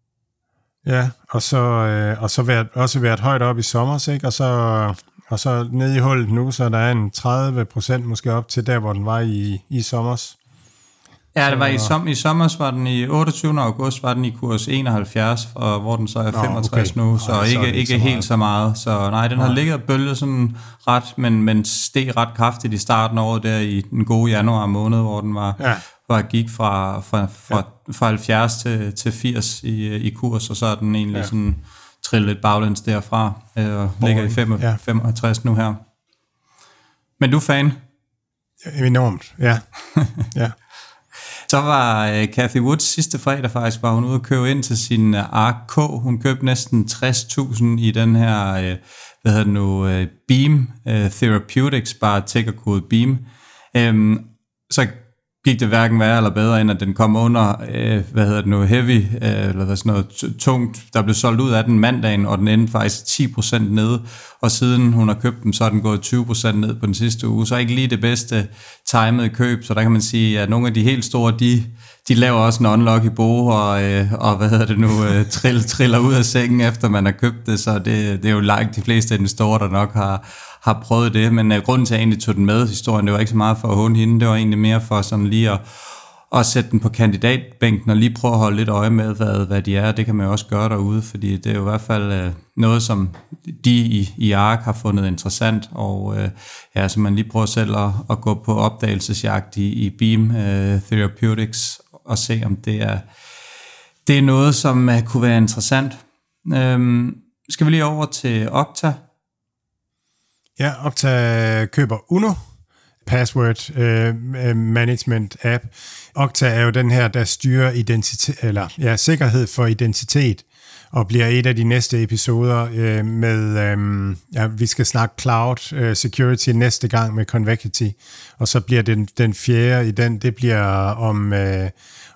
Ja, og så øh, og så været, også været højt op i sommer, ikke? Og så og så nede i hullet nu, så der er en tredive procent måske op til der, hvor den var i i sommers. Ja, det var i, som, i sommer var den i otteogtyvende august, var den i kurs enoghalvfjerds, og hvor den så er femogtres Nå, okay. nu, så Ej, ikke, så ikke, ikke helt så meget. Så nej, den har ligget og bølget sådan ret, men, men steg ret kraftigt i starten af året der i den gode januar måned, hvor den var, ja. var gik fra, fra, fra, ja. fra halvfjerds til, til firs i, i kurs, og så er den egentlig ja. sådan trillet lidt baglæns derfra, og ligger i fem, ja. femogtres nu her. Men du er fan? Enormt, ja. ja. Så var uh, Cathie Woods sidste fredag faktisk, var hun ude at købe ind til sin uh, A R K. Hun købte næsten tres tusind i den her, uh, hvad hedder det nu, uh, Beam uh, Therapeutics, bare tickerkode Beam. Um, så gik det hverken værre eller bedre, end at den kom under, uh, hvad hedder det nu, heavy, uh, eller hvad sådan noget tungt, der blev solgt ud af den mandagen, og den endte faktisk ti procent nede, og siden hun har købt dem, så er den gået tyve procent ned på den sidste uge, så ikke lige det bedste timede køb, så der kan man sige, at nogle af de helt store, de, de laver også en unlock i Bo, og, øh, og hvad hedder det nu, øh, trill, triller ud af sengen, efter man har købt det, så det, det er jo langt de fleste af de store, der nok har, har prøvet det, men øh, grunden til, at jeg egentlig tog den med, historien, det var ikke så meget for at håne hende, det var egentlig mere for sådan lige at og sætte den på kandidatbænken og lige prøve at holde lidt øje med, hvad, hvad de er. Det kan man jo også gøre derude, fordi det er jo i hvert fald øh, noget, som de i, i A R K har fundet interessant, og øh, ja, så man lige prøver selv at, at gå på opdagelsesjagt i, i Beam øh, Therapeutics og se, om det er, det er noget, som uh, kunne være interessant. Øhm, skal vi lige over til Okta? Ja, Okta køber Uno. Password uh, management app. Okta er jo den her, der styrer identitet, eller ja, sikkerhed for identitet, og bliver et af de næste episoder uh, med, um, ja, vi skal snakke cloud uh, security næste gang med Convexity, og så bliver den, den fjerde i den, det bliver om, uh,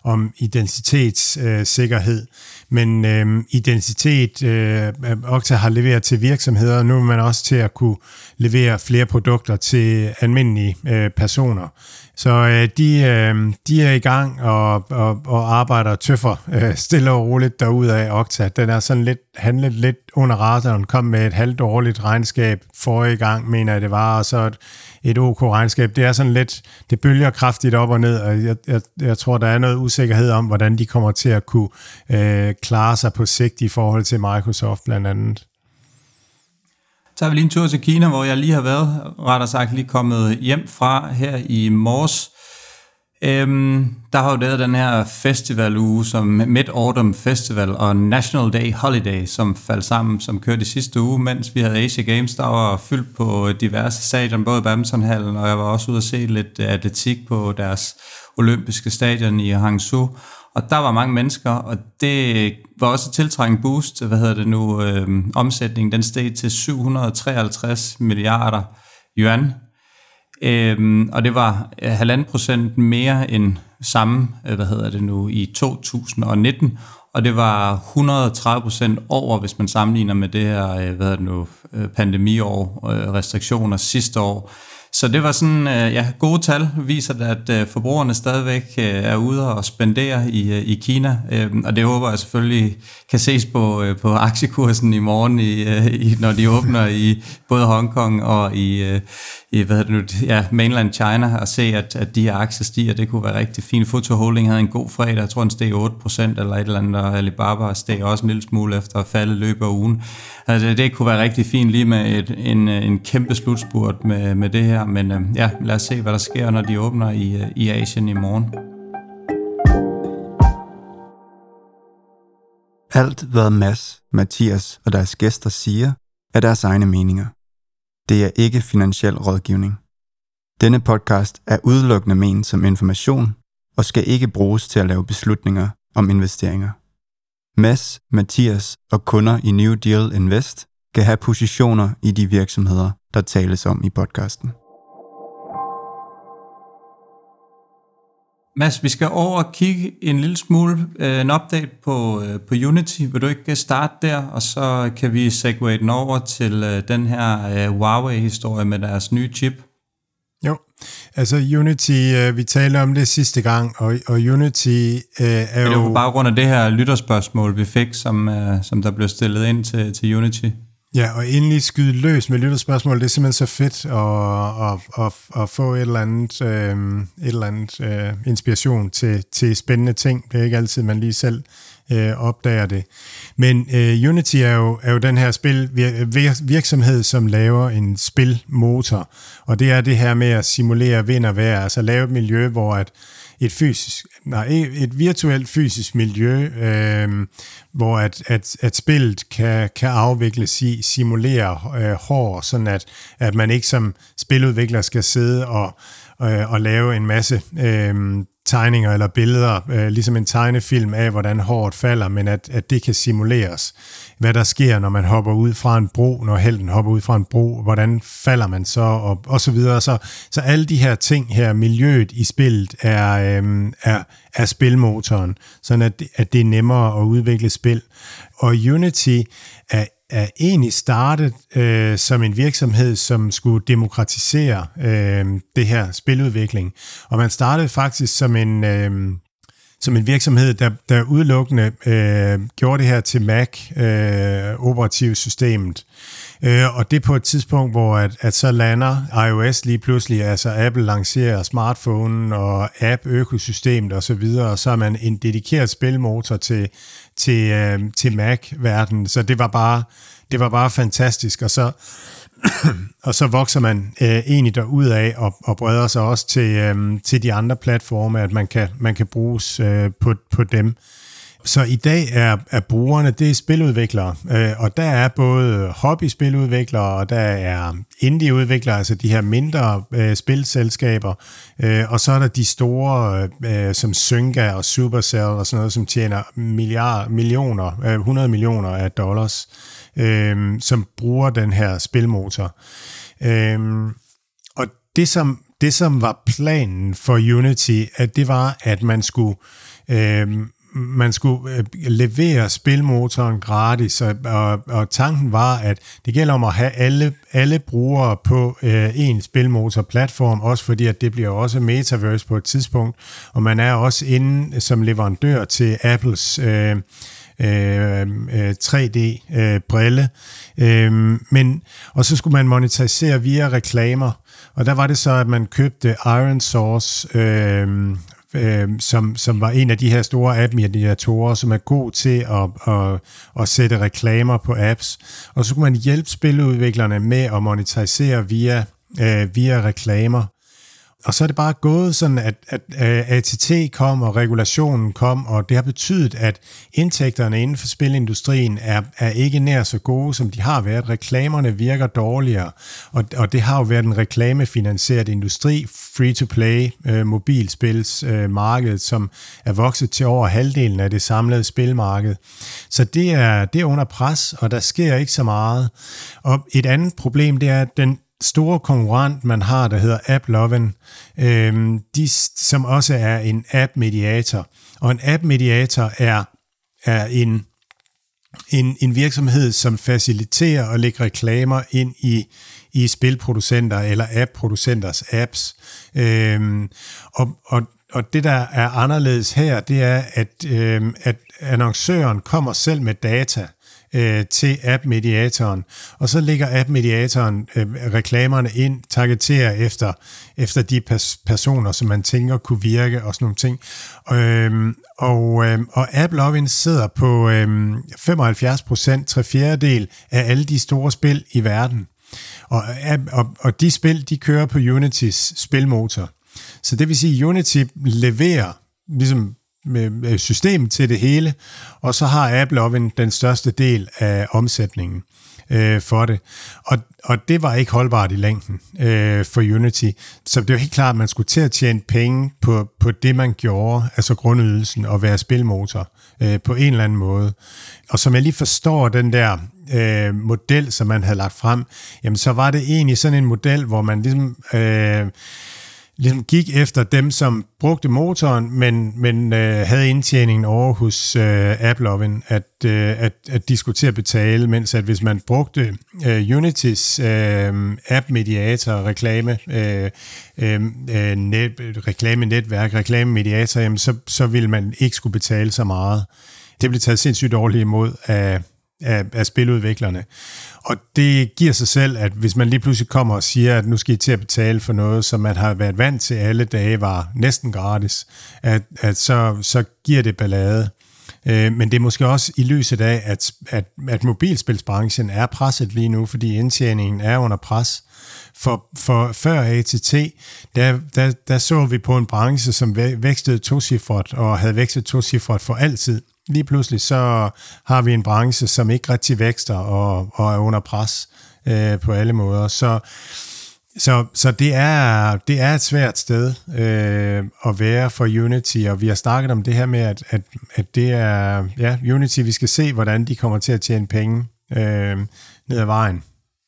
om identitetssikkerhed. Øh, Men øh, identitet, øh, Okta har leveret til virksomheder, og nu er man også til at kunne levere flere produkter til almindelige øh, personer. Så øh, de, øh, de er i gang og, og, og arbejder tøffer øh, stille og roligt derudad af Okta. Den er sådan lidt handlet lidt under radaren, kom med et halvt årligt regnskab forrige gang, mener jeg det var, og så et, et OK-regnskab. Det er sådan lidt, det bølger kraftigt op og ned, og jeg, jeg, jeg tror, der er noget usikkerhed om, hvordan de kommer til at kunne øh, klare sig på sigt i forhold til Microsoft blandt andet. Så tager vi lige en tur til Kina, hvor jeg lige har været, rettere sagt lige kommet hjem fra her i morges. Øhm, der har jo været den her festivaluge, som Mid-Autumn Festival og National Day Holiday, som faldt sammen, som kørte i sidste uge, mens vi havde Asia Games, der var fyldt på diverse stadion, både badmintonhallen, og jeg var også ude at se lidt atletik på deres olympiske stadion i Hangzhou. Og der var mange mennesker, og det var også et tiltrækkende boost. Hvad hedder det nu? Øhm, omsætningen, den steg til syv hundrede og treoghalvtreds milliarder yuan. Øhm, og det var halvanden procent mere end samme, hvad hedder det nu, i to tusind og nitten. Og det var et hundrede og tredive procent over, hvis man sammenligner med det her, hvad hedder det nu, pandemiår, restriktioner sidste år. Så det var sådan, ja, gode tal, viser, at forbrugerne stadigvæk er ude og spendere i, i Kina, og det håber jeg selvfølgelig kan ses på, på aktiekursen i morgen, i, i, når de åbner i både Hongkong og i, i hvad hedder det nu, ja, mainland China, og se, at, at de her aktier stiger. Det kunne være rigtig fint. Futu Holding havde en god fredag, jeg tror, den steg otte procent eller et eller andet, og Alibaba steg også en lille smule efter at falde løbet af ugen. Altså, det kunne være rigtig fint lige med et, en, en kæmpe slutspurt med, med det her, men øh, ja, lad os se, hvad der sker, når de åbner i, i Asien i morgen. Alt, hvad Mads, Mathias og deres gæster siger, er deres egne meninger. Det er ikke finansiel rådgivning. Denne podcast er udelukkende ment som information og skal ikke bruges til at lave beslutninger om investeringer. Mads, Mathias og kunder i New Deal Invest kan have positioner i de virksomheder, der tales om i podcasten. Mads, vi skal over og kigge en lille smule, øh, en update på, øh, på Unity. Vil du ikke starte der, og så kan vi segue den over til øh, den her øh, Huawei-historie med deres nye chip? Jo, altså Unity, øh, vi talte om det sidste gang, og, og Unity øh, er jo... Det var på baggrund af det her lytterspørgsmål, vi fik, som, øh, som der blev stillet ind til, til Unity. Ja, og endelig skyde løs med lytterspørgsmål, det er simpelthen så fedt at, at, at, at få et eller andet, øh, et eller andet øh, inspiration til, til spændende ting. Det er ikke altid, man lige selv øh, opdager det. Men øh, Unity er jo, er jo den her spil, vir, virksomhed, som laver en spilmotor, og det er det her med at simulere vind og vejr, altså lave et miljø, hvor at et fysisk, nej, et virtuelt fysisk miljø, øh, hvor at, at, at spillet kan, kan afvikles i, simulere øh, hår, sådan at, at man ikke som spiludvikler skal sidde og, øh, og lave en masse øh, tegninger eller billeder, øh, ligesom en tegnefilm af, hvordan håret falder, men at, at det kan simuleres. Hvad der sker, når man hopper ud fra en bro, når helten hopper ud fra en bro, hvordan falder man så, og, og så videre. Så, så alle de her ting her, miljøet i spillet, er, øh, er, er spilmotoren, sådan at, at det er nemmere at udvikle spil. Og Unity er er egentlig startet øh, som en virksomhed, som skulle demokratisere øh, det her spiludvikling. Og man startede faktisk som en, øh, som en virksomhed, der, der udelukkende øh, gjorde det her til Mac, øh, operativsystemet. Øh, og det på et tidspunkt, hvor at, at så lander iOS lige pludselig, altså Apple lancerer smartphone og app-økosystemet og så videre, og så er man en dedikeret spilmotor til, til, øh, til Mac-verdenen. Så det var bare, det var bare fantastisk, og så og så vokser man øh, egentlig derudad og, og breder sig også til, øh, til de andre platforme, at man kan, man kan bruges øh, på, på dem. Så i dag er, er brugerne, det er spiludviklere, øh, og der er både hobby-spiludviklere, og der er indie-udviklere, altså de her mindre øh, spilselskaber, øh, og så er der de store, øh, som Zynga og Supercell og sådan noget, som tjener milliarder, millioner, øh, hundrede millioner af dollars, øh, som bruger den her spilmotor. Øh, og det som det, som var planen for Unity, at det var, at man skulle... Øh, man skulle øh, levere spilmotoren gratis, og, og, og tanken var, at det gælder om at have alle, alle brugere på øh, en spilmotorplatform, også fordi at det bliver også metaverse på et tidspunkt, og man er også inde som leverandør til Apples øh, øh, tre D-brille. Øh, øh, men, og så skulle man monetisere via reklamer, og der var det så, at man købte Iron Source, øh, Øh, som, som var en af de her store app-mediatorer, som er god til at, at, at sætte reklamer på apps. Og så kunne man hjælpe spiludviklerne med at monetisere via, øh, via reklamer. Og så er det bare gået sådan, at, at, at A T T kom, og regulationen kom, og det har betydet, at indtægterne inden for spilindustrien er, er ikke nær så gode, som de har været. Reklamerne virker dårligere, og, og det har jo været en reklamefinansieret industri, free-to-play, øh, mobilspilsmarkedet, øh, som er vokset til over halvdelen af det samlede spilmarked. Så det er, det er under pres, og der sker ikke så meget. Og et andet problem, det er, at den store konkurrent, man har, der hedder AppLovin, øh, de, som også er en app-mediator. Og en app-mediator er, er en, en, en virksomhed, som faciliterer at lægge reklamer ind i, i spilproducenter eller app-producenters apps. Øh, og, og, og det, der er anderledes her, det er, at, øh, at annoncøren kommer selv med data til app-mediatoren, og så lægger app-mediatoren øh, reklamerne ind, targeterer efter, efter de pers- personer, som man tænker kunne virke, og sådan nogle ting. Øhm, og, øhm, og AppLovin sidder på øhm, femoghalvfjerds procent, tre fjerdedel af alle de store spil i verden. Og, og, og de spil, de kører på Unitys spilmotor. Så det vil sige, at Unity leverer ligesom med system til det hele, og så har AppLovin den største del af omsætningen øh, for det. Og, og det var ikke holdbart i længden øh, for Unity. Så det var helt klart, at man skulle til at tjene penge på, på det, man gjorde, altså grundydelsen og være spilmotor øh, på en eller anden måde. Og som jeg lige forstår den der øh, model, som man havde lagt frem, jamen så var det egentlig sådan en model, hvor man ligesom... Øh, ligesom gik efter dem, som brugte motoren, men, men øh, havde indtjeningen over hos øh, AppLovin, at, øh, at, at de skulle til at betale, mens at hvis man brugte øh, Unitys øh, app-mediator, reklame, øh, øh, net, reklame-netværk, reklame-mediator, jamen, så, så ville man ikke skulle betale så meget. Det blev taget sindssygt dårligt imod af Af, af spiludviklerne. Og det giver sig selv, at hvis man lige pludselig kommer og siger, at nu skal I til at betale for noget, som man har været vant til alle dage var næsten gratis, at, at så, så giver det ballade. Øh, men det er måske også i lyset af, at, at, at mobilspilsbranchen er presset lige nu, fordi indtjeningen er under pres. For, for før A T T, der, der, der så vi på en branche, som vækstede tocifret og havde vækstet tocifret for altid. Lige pludselig så har vi en branche, som ikke rigtig vækster og, og er under pres øh, på alle måder. Så, så, så det, er, det er et svært sted øh, at være for Unity, og vi har snakket om det her med, at, at, at det er ja, Unity, vi skal se, hvordan de kommer til at tjene penge øh, ned ad vejen.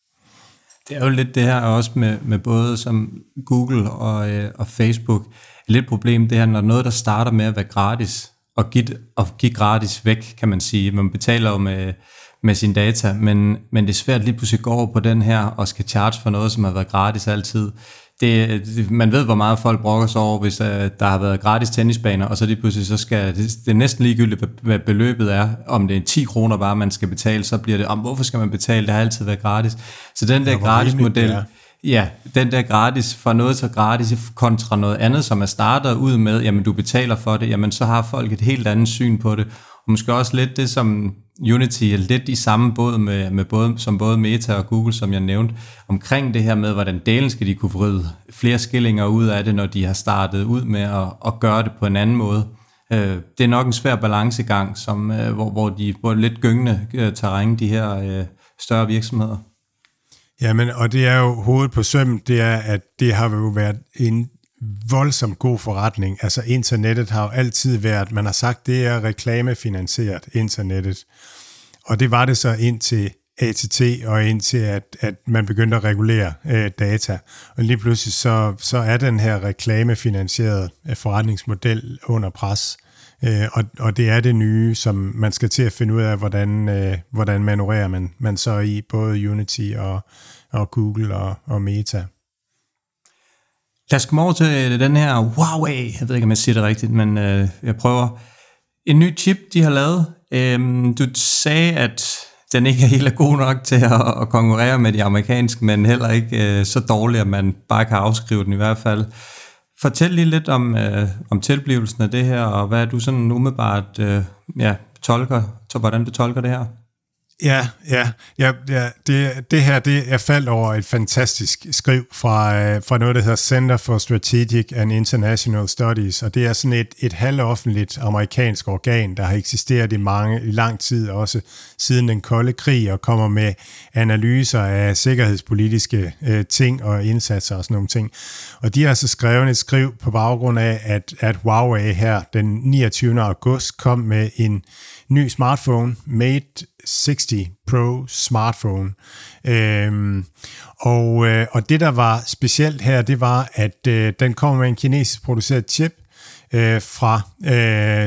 Det er jo lidt det her også med, med både som Google og, øh, og Facebook. Et lidt problem det her, når noget, der starter med at være gratis, og give, og give gratis væk, kan man sige. Man betaler jo med, med sin data, men, men det er svært lige pludselig at gå over på den her, og skal charge for noget, som har været gratis altid. Det, det, man ved, hvor meget folk brokker sig over, hvis uh, der har været gratis tennisbaner, og så lige pludselig, så skal det, det er næsten ligegyldigt, hvad beløbet er. Om det er ti kroner bare, man skal betale, så bliver det, om hvorfor skal man betale? Det har altid været gratis. Så den der gratis model... Ja, den der gratis, fra noget til gratis kontra noget andet, som er startet ud med, jamen du betaler for det, jamen så har folk et helt andet syn på det. Og måske også lidt det, som Unity er lidt i samme båd med, med både, som både Meta og Google, som jeg nævnte, omkring det her med, hvordan delen skal de kunne vride flere skillinger ud af det, når de har startet ud med at, at gøre det på en anden måde. Det er nok en svær balancegang, som, hvor, hvor de hvor lidt gyngende terræn, de her større virksomheder. Jamen, og det er jo hovedet på søm, det er, at det har jo været en voldsomt god forretning. Altså internettet har jo altid været, man har sagt, det er reklamefinansieret internettet. Og det var det så indtil A T T og indtil, at, at man begyndte at regulere øh, data. Og lige pludselig så, så er den her reklamefinansierede forretningsmodel under pres. Øh, og, og det er det nye, som man skal til at finde ud af, hvordan, øh, hvordan manøvrerer man, man så i både Unity og, og Google og, og Meta. Lad os komme over til den her Huawei. Jeg ved ikke, om jeg siger det rigtigt, men øh, jeg prøver. En ny chip, de har lavet. Øhm, du sagde, at den ikke er helt god nok til at, at konkurrere med de amerikanske, men heller ikke øh, så dårlig, at man bare kan afskrive den i hvert fald. Fortæl lige lidt om, øh, om tilblivelsen af det her, og hvad du sådan umiddelbart øh, ja, tolker, så hvordan du tolker det her. Ja, ja, ja, ja det, det her, det er faldt over et fantastisk skriv fra, øh, fra noget, der hedder Center for Strategic and International Studies, og det er sådan et, et halvoffentligt amerikansk organ, der har eksisteret i, mange, i lang tid, også siden den kolde krig, og kommer med analyser af sikkerhedspolitiske øh, ting og indsatser og sådan nogle ting. Og de har altså skrevet et skriv på baggrund af, at, at Huawei her den niogtyvende august kom med en ny smartphone, Mate seks Pro smartphone. Øhm, og, øh, og det, der var specielt her, det var, at øh, den kom med en kinesisk produceret chip øh, fra øh,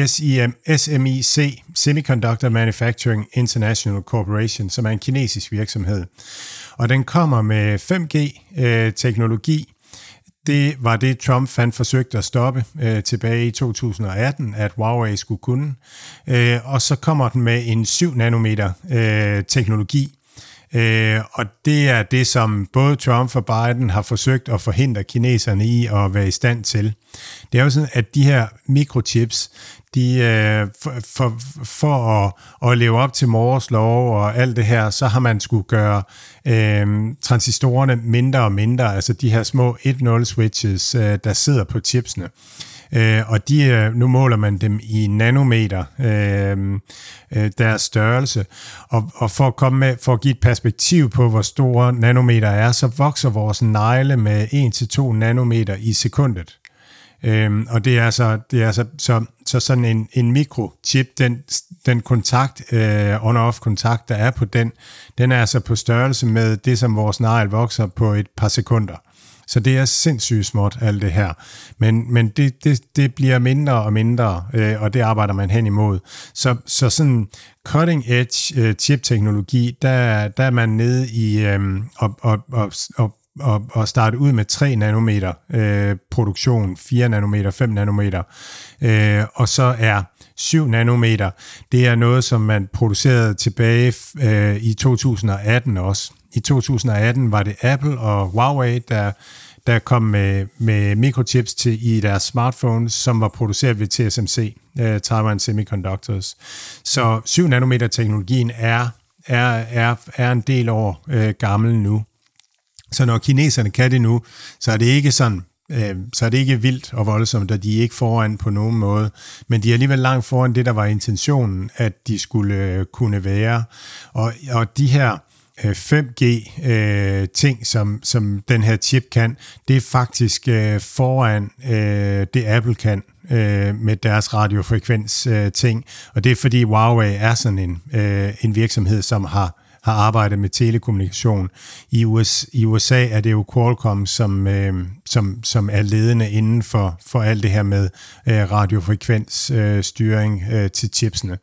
S M I C, Semiconductor Manufacturing International Corporation, som er en kinesisk virksomhed. Og den kommer med fem G-teknologi. Øh, Det var det, Trump han forsøgte at stoppe øh, tilbage i to tusind og atten, at Huawei skulle kunne. Øh, og så kommer den med en syv nanometer øh, teknologi. Øh, og det er det, som både Trump og Biden har forsøgt at forhindre kineserne i at være i stand til. Det er jo sådan, at de her mikrochips, de, øh, for, for, for at, at leve op til Moores lov og alt det her, så har man skulle gøre øh, transistorerne mindre og mindre, altså de her små et nul switches, øh, der sidder på chipsene. Øh, og de, øh, nu måler man dem i nanometer, øh, øh, deres størrelse. Og, og for at komme med, for at give et perspektiv på, hvor store nanometer er, så vokser vores negle med en til to nanometer i sekundet. Øhm, og det er altså, det er altså så, så sådan en, en mikrochip, den, den kontakt, øh, on-off kontakt, der er på den, den er altså på størrelse med det, som vores negl vokser på et par sekunder. Så det er sindssygt småt, alt det her. Men, men det, det, det bliver mindre og mindre, øh, og det arbejder man hen imod. Så, så sådan cutting edge øh, chip-teknologi, der, der er man nede i øh, og, og, og, og Og, og starte ud med tre nanometer øh, produktion, fire nanometer, fem nanometer, øh, og så er syv nanometer, det er noget, som man producerede tilbage øh, i to tusind og atten også. I to tusind og atten var det Apple og Huawei, der, der kom med, med mikrochips til i deres smartphones, som var produceret ved T S M C, øh, Taiwan Semiconductors. Så syv nanometer teknologien er, er, er, er en del år øh, gammel nu. Så når kineserne kan det nu, så er det ikke sådan, øh, så er det ikke vildt og voldsomt, at de er ikke foran på nogen måde, men de er alligevel langt foran det, der var intentionen, at de skulle øh, kunne være. Og, og de her øh, fem G-ting, øh, som, som den her chip kan, det er faktisk øh, foran øh, det Apple kan øh, med deres radiofrekvens-ting. Øh, og det er fordi Huawei er sådan en, øh, en virksomhed, som har har arbejdet med telekommunikation. I U S, i U S A er det jo Qualcomm, som, øh, som, som er ledende inden for, for alt det her med øh, radiofrekvensstyring øh, øh, til chipsene.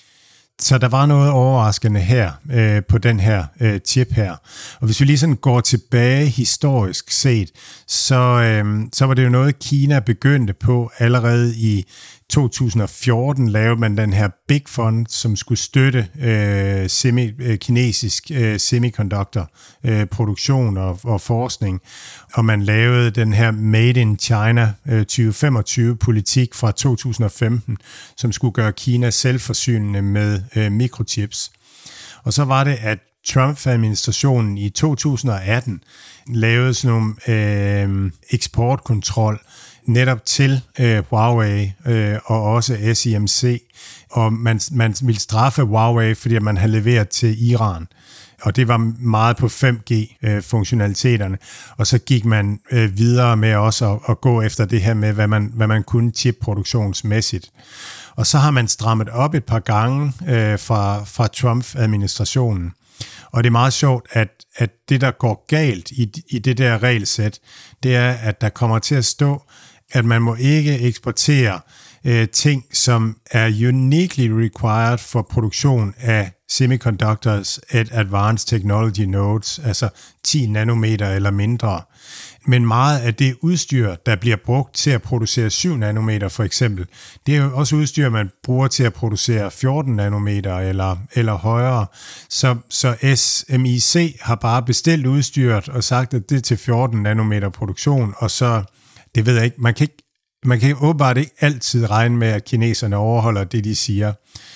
Så der var noget overraskende her øh, på den her øh, chip her. Og hvis vi lige sådan går tilbage historisk set, så, øh, så var det jo noget, Kina begyndte på allerede i to tusind og fjorten. Lavede man den her Big Fund, som skulle støtte øh, semi, øh, kinesisk øh, semiconductor øh, produktion og, og forskning. Og man lavede den her Made in China øh, tyve femogtyve politik fra to tusind og femten, som skulle gøre Kina selvforsynende med øh, mikrochips. Og så var det, at Trump-administrationen i to tusind og atten lavede sådan nogle øh, eksportkontrol netop til øh, Huawei øh, og også S I M C, og man, man ville straffe Huawei, fordi man havde leveret til Iran. Og det var meget på fem G-funktionaliteterne. Og så gik man øh, videre med også at, at gå efter det her med, hvad man, hvad man kunne chip-produktionsmæssigt. Og så har man strammet op et par gange øh, fra, fra Trump-administrationen. Og det er meget sjovt, at, at det, der går galt i, i det der regelsæt, det er, at der kommer til at stå, at man må ikke eksportere øh, ting, som er uniquely required for produktion af semiconductors at advanced technology nodes, altså ti nanometer eller mindre. Men meget af det udstyr, der bliver brugt til at producere syv nanometer for eksempel, det er jo også udstyr, man bruger til at producere fjorten nanometer eller, eller højere. Så, så S M I C har bare bestilt udstyret og sagt, at det er til fjorten nanometer produktion, og så, det ved jeg ikke, man kan ikke, man kan åbenbart ikke altid regne med, at kineserne overholder det, de siger.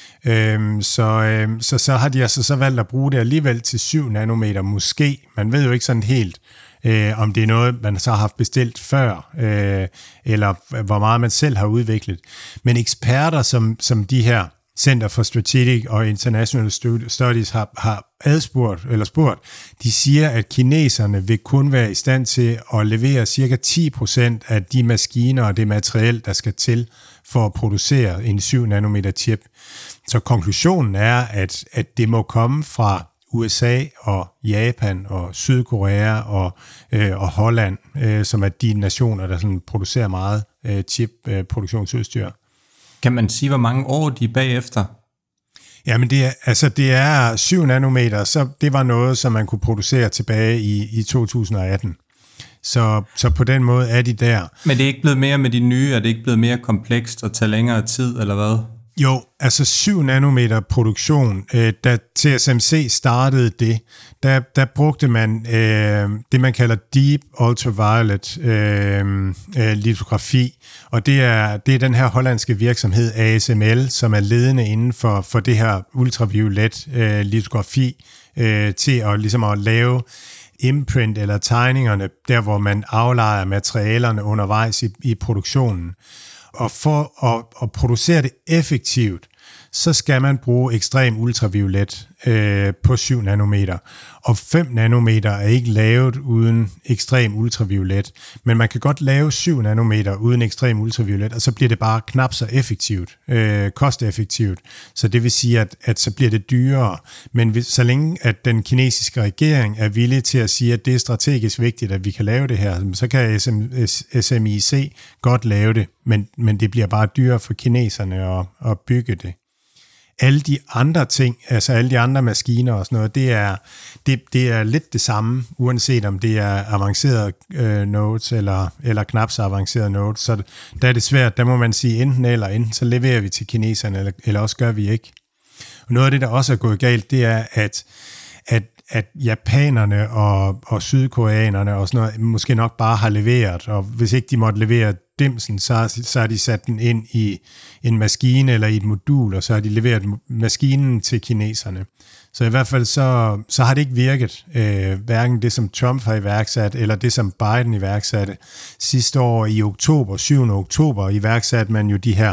Øhm, så, øhm, så så har de altså så valgt at bruge det alligevel til syv nanometer måske. Man ved jo ikke sådan helt, øh, om det er noget, man så har haft bestilt før, øh, eller hvor meget man selv har udviklet. Men eksperter, som, som de her Center for Strategic og International Studies har, har adspurgt, eller spurgt, de siger, at kineserne vil kun være i stand til at levere cirka ti procent af de maskiner og det materiel, der skal til for at producere en syv nanometer chip. Så konklusionen er, at, at det må komme fra U S A og Japan og Sydkorea og, øh, og Holland, øh, som er de nationer, der sådan producerer meget øh, chip-produktionsudstyr. Øh, kan man sige, hvor mange år de er bagefter? Jamen det er, altså det er syv nanometer, så det var noget, som man kunne producere tilbage i, i to tusind og atten. Så, så på den måde er de der. Men det er ikke blevet mere med de nye, er det ikke blevet mere komplekst og tage længere tid, eller hvad? Jo, altså syv nanometer produktion, øh, da T S M C startede det, der, der brugte man øh, det, man kalder Deep Ultraviolet øh, øh, litografi, og det er, det er den her hollandske virksomhed A S M L, som er ledende inden for, for det her ultraviolet øh, litografi øh, til at, ligesom at lave imprint eller tegningerne, der hvor man aflejer materialerne undervejs i, i produktionen. Og for at, at producere det effektivt, så skal man bruge ekstrem ultraviolet øh, på syv nanometer. Og fem nanometer er ikke lavet uden ekstrem ultraviolet, men man kan godt lave syv nanometer uden ekstrem ultraviolet, og så bliver det bare knap så effektivt, øh, kosteffektivt. Så det vil sige, at, at så bliver det dyrere. Men hvis, så længe at den kinesiske regering er villig til at sige, at det er strategisk vigtigt, at vi kan lave det her, så kan S M I C godt lave det, men, men det bliver bare dyrere for kineserne at, at bygge det. Alle de andre ting, altså alle de andre maskiner og sådan noget, det er, det, det er lidt det samme, uanset om det er avancerede øh, nodes eller, eller knap så avancerede nodes. Så der er det svært, der må man sige enten eller, enten så leverer vi til kineserne, eller, eller også gør vi ikke. Og noget af det, der også er gået galt, det er, at, at, at japanerne og, og sydkoreanerne og sådan noget, måske nok bare har leveret, og hvis ikke de måtte levere dimsen, så, så har de sat den ind i en maskine eller i et modul, og så har de leveret maskinen til kineserne. Så i hvert fald så, så har det ikke virket, øh, hverken det, som Trump har iværksat, eller det, som Biden iværksatte. Sidste år i oktober, syvende oktober, iværksatte man jo de her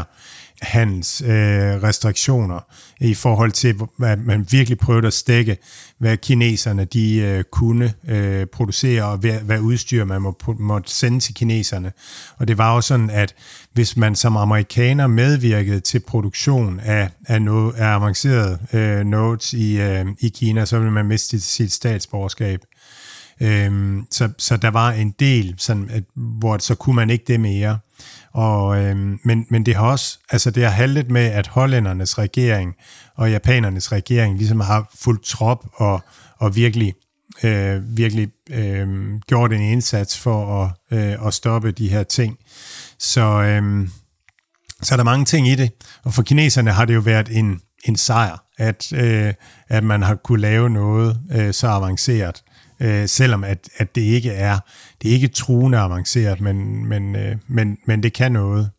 handelsrestriktioner øh, i forhold til, at man virkelig prøvede at stække, hvad kineserne de øh, kunne øh, producere, og hvad, hvad udstyr man må, måtte sende til kineserne. Og det var jo sådan, at hvis man som amerikaner medvirkede til produktion af, af, no, af avancerede øh, nodes i, øh, i Kina, så ville man miste sit statsborgerskab. Øhm, så, så der var en del, sådan, at, hvor så kunne man ikke det mere. Og, øhm, men, men det har også, altså det har haltet med, at hollændernes regering og japanernes regering ligesom har fulgt trop og, og virkelig, øh, virkelig øh, gjort en indsats for at, øh, at stoppe de her ting. Så, øh, så er der mange ting i det. Og for kineserne har det jo været en, en sejr, at, øh, at man har kunne lave noget øh, så avanceret. Øh, selvom at, at det ikke er det er ikke truende avanceret, men, men, øh, men, men det kan noget.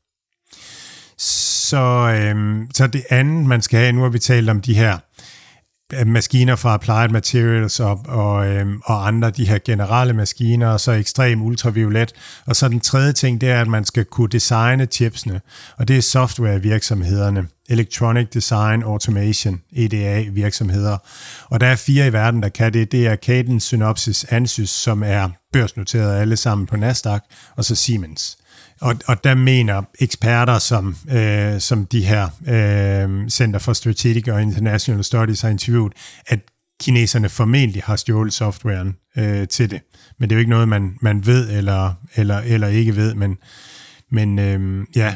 Så, øh, så det andet, man skal have, nu har vi talt om de her maskiner fra Applied Materials og, og, øh, og andre, de her generelle maskiner, og så ekstrem ultraviolet. Og så den tredje ting, det er, at man skal kunne designe chipsene, og det er softwarevirksomhederne. Electronic Design Automation, E D A-virksomheder. Og der er fire i verden, der kan det. Det er Cadence, Synopsys, Ansys, som er børsnoteret alle sammen på Nasdaq, og så Siemens. Og, og der mener eksperter, som, øh, som de her øh, Center for Strategic og International Studies har interviewet, at kineserne formentlig har stjålet softwaren øh, til det. Men det er jo ikke noget, man, man ved eller, eller, eller ikke ved, men, men øh, ja,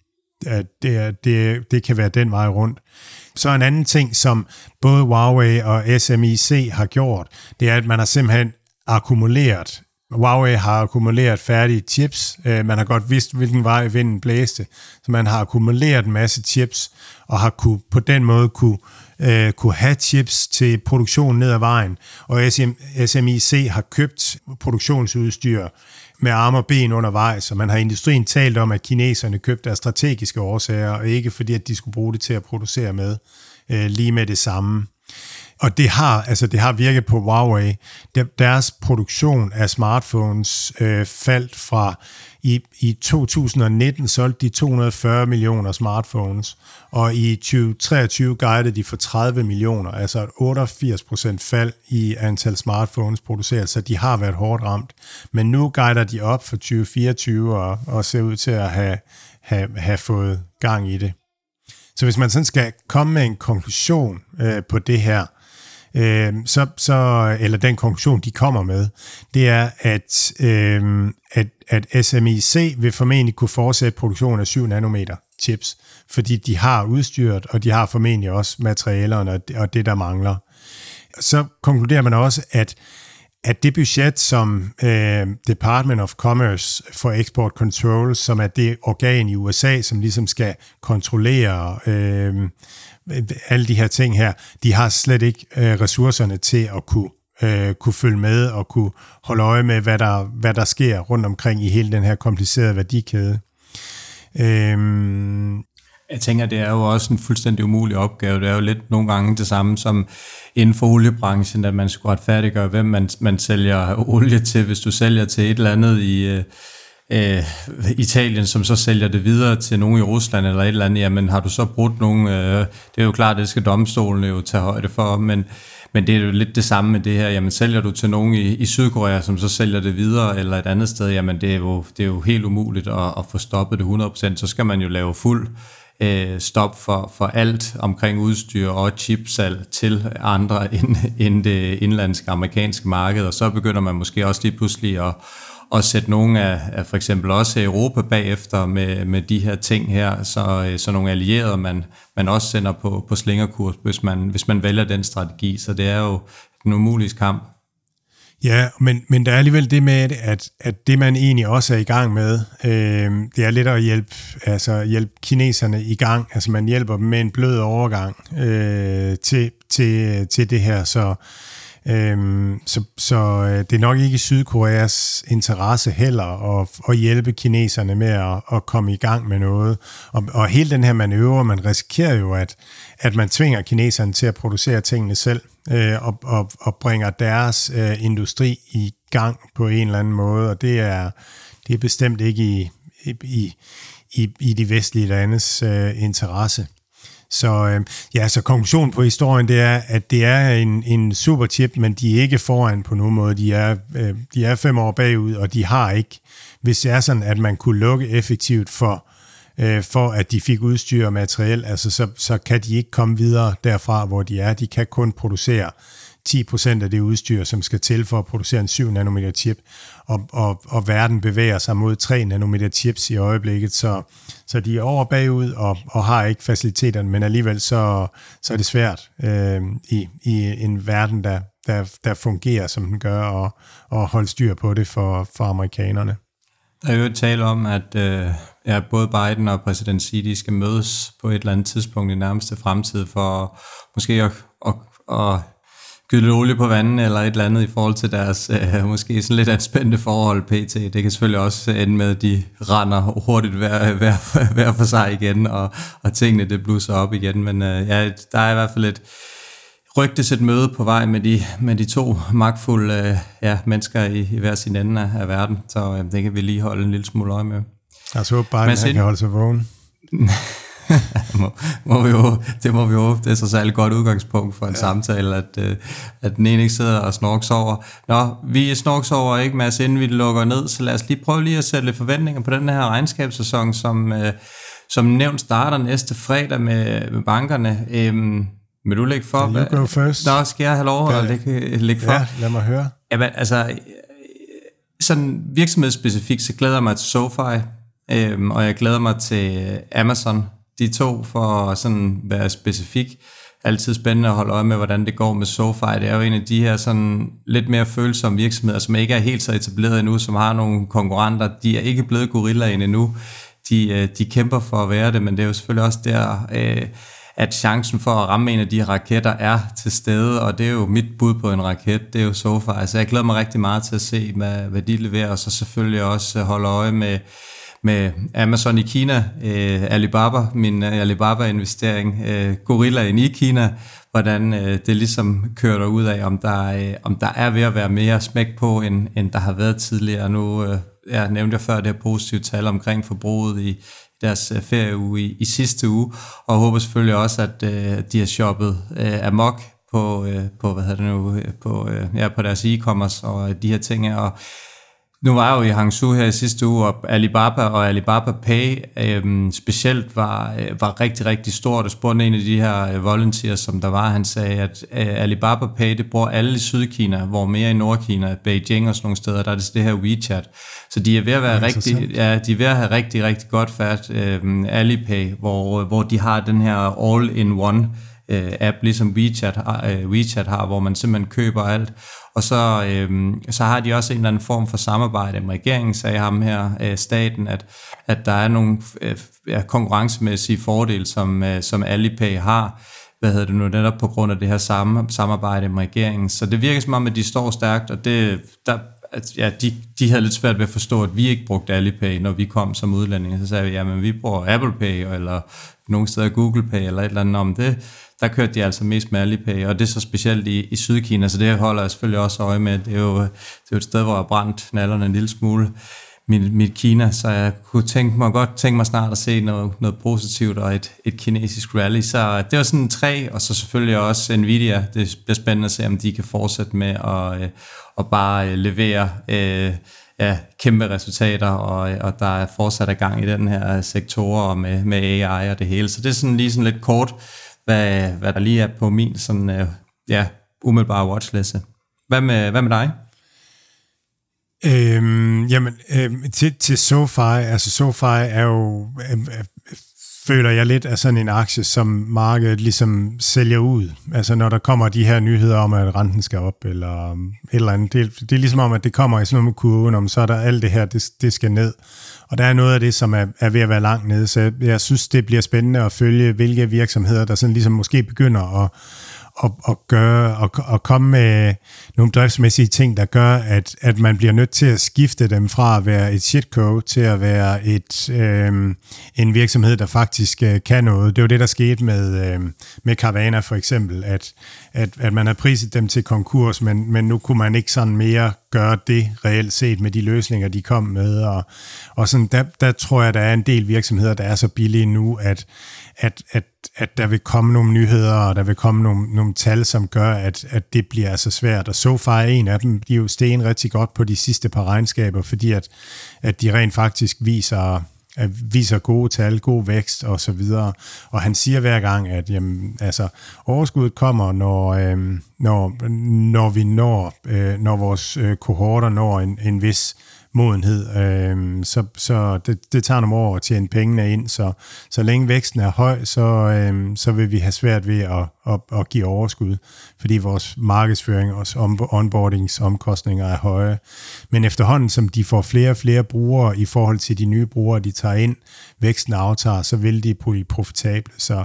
det, det, det kan være den vej rundt. Så en anden ting, som både Huawei og S M I C har gjort, det er, at man har simpelthen akkumuleret, Huawei har akkumuleret færdige chips, man har godt vidst, hvilken vej vinden blæste, så man har akkumuleret en masse chips, og har kunne, på den måde kunne, øh, kunne have chips til produktion ned ad vejen, og S M I C har købt produktionsudstyr med arme og ben undervejs, og man har i industrien talt om, at kineserne købte af strategiske årsager, og ikke fordi, at de skulle bruge det til at producere med øh, lige med det samme. Og det har, altså det har virket på Huawei. Deres produktion af smartphones øh, faldt fra, i, i to tusind nitten solgte de to hundrede og fyrre millioner smartphones, og i tyve treogtyve guidede de for tredive millioner, altså et otteogfirs procent fald i antal smartphones produceret, så de har været hårdt ramt. Men nu guider de op for tyve fireogtyve og, og ser ud til at have, have, have fået gang i det. Så hvis man sådan skal komme med en konklusion øh, på det her, øh, så, så, eller den konklusion, de kommer med, det er, at, øh, at, at S M I C vil formentlig kunne fortsætte produktionen af syv nanometer chips, fordi de har udstyret, og de har formentlig også materialerne og det, og det der mangler. Så konkluderer man også, at at det budget, som øh, Department of Commerce for Export Control, som er det organ i U S A, som ligesom skal kontrollere øh, alle de her ting her, de har slet ikke øh, ressourcerne til at kunne, øh, kunne følge med og kunne holde øje med, hvad der, hvad der sker rundt omkring i hele den her komplicerede værdikæde. Øh, Jeg tænker, det er jo også en fuldstændig umulig opgave. Det er jo lidt nogle gange det samme som inden for oliebranchen, at man skulle retfærdiggøre, hvem man, man sælger olie til. Hvis du sælger til et eller andet i øh, Italien, som så sælger det videre til nogen i Rusland eller et eller andet, jamen har du så brudt nogen? Øh, det er jo klart, det skal domstolene jo tage højde for, men, men det er jo lidt det samme med det her. Jamen sælger du til nogen i, i Sydkorea, som så sælger det videre, eller et andet sted, jamen det er jo, det er jo helt umuligt at, at få stoppet det hundrede procent. Så skal man jo lave fuld stop for, for alt omkring udstyr og chipsalg til andre end, end det indlandske amerikanske marked, og så begynder man måske også lige pludselig at, at sætte nogle af, af for eksempel også Europa bagefter med, med de her ting her, så, så nogle allierede man, man også sender på, på slingerkurs, hvis man, hvis man vælger den strategi, så det er jo en umulig kamp. Ja, men, men der er alligevel det med, at, at det man egentlig også er i gang med, øh, det er lidt at hjælpe, altså hjælpe kineserne i gang. Altså man hjælper dem med en blød overgang øh, til, til, til det her. Så, øh, så, så det er nok ikke Sydkoreas interesse heller at, at hjælpe kineserne med at, at komme i gang med noget. Og, og hele den her manøvre, man risikerer jo, at, at man tvinger kineserne til at producere tingene selv. Og, og, og bringer deres øh, industri i gang på en eller anden måde, og det er, det er bestemt ikke i, i, i, i de vestlige landes øh, interesse. Så øh, ja, så konklusionen på historien, det er, at det er en, en superchip, men de er ikke foran på nogen måde. De er, øh, de er fem år bagud, og de har ikke, hvis det er sådan, at man kunne lukke effektivt for for at de fik udstyr og materiel, altså så, så kan de ikke komme videre derfra, hvor de er. De kan kun producere ti procent af det udstyr, som skal til for at producere en syv nanometer chip, og, og, og verden bevæger sig mod tre nanometer chips i øjeblikket, så, så de er over bagud og, og har ikke faciliteterne, men alligevel så, så er det svært øh, i, i en verden, der, der, der fungerer, som den gør, og, og holde styr på det for, for amerikanerne. Der er jo et tale om, at øh, ja, både Biden og præsident Xi, de skal mødes på et eller andet tidspunkt i nærmeste fremtid for måske at, at, at gyde lidt olie på vandet eller et eller andet i forhold til deres øh, måske sådan lidt anspændte forhold pt. Det kan selvfølgelig også ende med, at de render hurtigt hver, hver, hver for sig igen, og, og tingene det blusser op igen. Men øh, ja, der er i hvert fald et rygtes et møde på vej med de, med de to magtfulde øh, ja, mennesker i, i hver sin ende af, af verden, så øh, det kan vi lige holde en lille smule øje med. Jeg så bare, at han kan holde sig vågen. må, må vi jo, det må vi jo. Det er så særligt godt udgangspunkt for en ja. samtale, at, øh, at den ene ikke sidder og snorks over. Nå, vi snorks over ikke, Mads, inden vi lukker ned, så lad os lige prøve lige at sætte lidt forventninger på den her regnskabssæson, som, øh, som nævnt starter næste fredag med, med bankerne. Øhm, Vil du lægge for? You go first. Nå, skal jeg have lov at lægge, lægge for? Ja, lad mig høre. Jamen, altså, sådan virksomhedsspecifikt, så glæder jeg mig til SoFi, øhm, og jeg glæder mig til Amazon. De to, for at sådan være specifik. Altid spændende at holde øje med, hvordan det går med SoFi. Det er jo en af de her sådan lidt mere følsomme virksomheder, som ikke er helt så etableret endnu, som har nogle konkurrenter. De er ikke blevet gorillaen endnu. De, de kæmper for at være det, men det er jo selvfølgelig også der, at chancen for at ramme en af de her raketter er til stede, og det er jo mit bud på en raket, det er jo SoFi. Så jeg glæder mig rigtig meget til at se, hvad, hvad de leverer, og så selvfølgelig også holde øje med med Amazon i Kina, øh, Alibaba, min Alibaba-investering, øh, gorillaen i Kina, hvordan øh, det ligesom kører der ud af, om der, øh, om der er ved at være mere smæk på, end, end der har været tidligere. Nu øh, jeg nævnte jeg før det her positive tal omkring forbruget i deres øh, ferieuge i, i sidste uge, og håber selvfølgelig også, at øh, de har shoppet øh, amok på, øh, på, hvad hedder det nu, på, øh, ja, på deres e-commerce og de her ting, og nu var jeg jo i Hangzhou her i sidste uge, og Alibaba og Alibaba Pay øhm, specielt var, øh, var rigtig, rigtig stort. Og spurgte en af de her øh, volunteers, som der var, han sagde, at øh, Alibaba Pay, det bruger alle i Sydkina, hvor mere i Nordkina, Beijing og sådan nogle steder, der er det det her WeChat. Så de er ved at være ja, rigtig, ja, de er ved at have rigtig, rigtig godt fat, øh, Alipay, hvor, hvor de har den her all-in-one øh, app, ligesom WeChat, øh, WeChat har, hvor man simpelthen køber alt. Og så, øh, så har de også en eller anden form for samarbejde med regeringen, sagde ham her, øh, staten, at, at der er nogle øh, ja, konkurrencemæssige fordele, som, øh, som Alipay har, hvad hedder det nu, netop på grund af det her samme samarbejde med regeringen. Så det virker som om, at de står stærkt, og det, der, at, ja, de, de havde lidt svært ved at forstå, at vi ikke brugte Alipay, når vi kom som udlændinge. Så sagde vi, jamen vi bruger Apple Pay, eller nogle steder Google Pay, eller et eller andet om det. Der kørte de altså mest med Alipay, og det er så specielt i, i Sydkina, så det holder jeg selvfølgelig også øje med. Det er jo, det er jo et sted, hvor jeg har brændt nallerne en lille smule, mit, mit Kina, så jeg kunne tænke mig, godt tænke mig snart at se noget, noget positivt og et, et kinesisk rally. Så det var sådan tre, og så selvfølgelig også Nvidia. Det bliver spændende at se, om de kan fortsætte med at, at bare levere øh, ja, kæmpe resultater, og, og der er fortsat gang i den her sektor med, med A I og det hele. Så det er sådan lige sådan lidt kort, Hvad, hvad der lige er på min sådan, øh, ja, umiddelbare watchliste. Hvad med, hvad med dig? Øhm, jamen, øhm, til, til SoFi, altså SoFi er jo, øh, øh, føler jeg lidt af sådan en aktie, som markedet ligesom sælger ud. Altså når der kommer de her nyheder om, at renten skal op, eller et eller andet. Det, det er ligesom om, at det kommer i sådan noget med kurven, om så er der alt det her, det, det skal ned. Og der er noget af det, som er, er ved at være langt nede, så jeg, jeg synes, det bliver spændende at følge, hvilke virksomheder, der sådan ligesom måske begynder at at, at gøre og at komme med nogle driftsmæssige ting, der gør, at, at man bliver nødt til at skifte dem fra at være et shitco til at være et, øh, en virksomhed, der faktisk øh, kan noget. Det var det, der skete med, øh, med Carvana for eksempel, at, at, at man har priset dem til konkurs, men, men nu kunne man ikke sådan mere gøre det reelt set med de løsninger, de kom med. Og, og sådan, der, der tror jeg, der er en del virksomheder, der er så billige nu, at, at, at, at der vil komme nogle nyheder, og der vil komme nogle, nogle tal, som gør, at, at det bliver altså svært. Og SoFi er en af dem. De er jo stegen rigtig godt på de sidste par regnskaber, fordi at, at de rent faktisk viser... viser gode tal, god vækst og så videre. Og han siger hver gang, at jamen, altså, overskuddet kommer, når, øh, når, når vi når, øh, når vores øh, kohorter når en, en vis modenhed. Øh, så så det, det tager nogle år at tjene pengene ind, så, så længe væksten er høj, så, øh, så vil vi have svært ved at, at, at give overskud, fordi vores markedsføring og onboardingsomkostninger er høje. Men efterhånden, som de får flere og flere brugere i forhold til de nye brugere, de tager ind, væksten aftager, så vil de blive profitable. Så,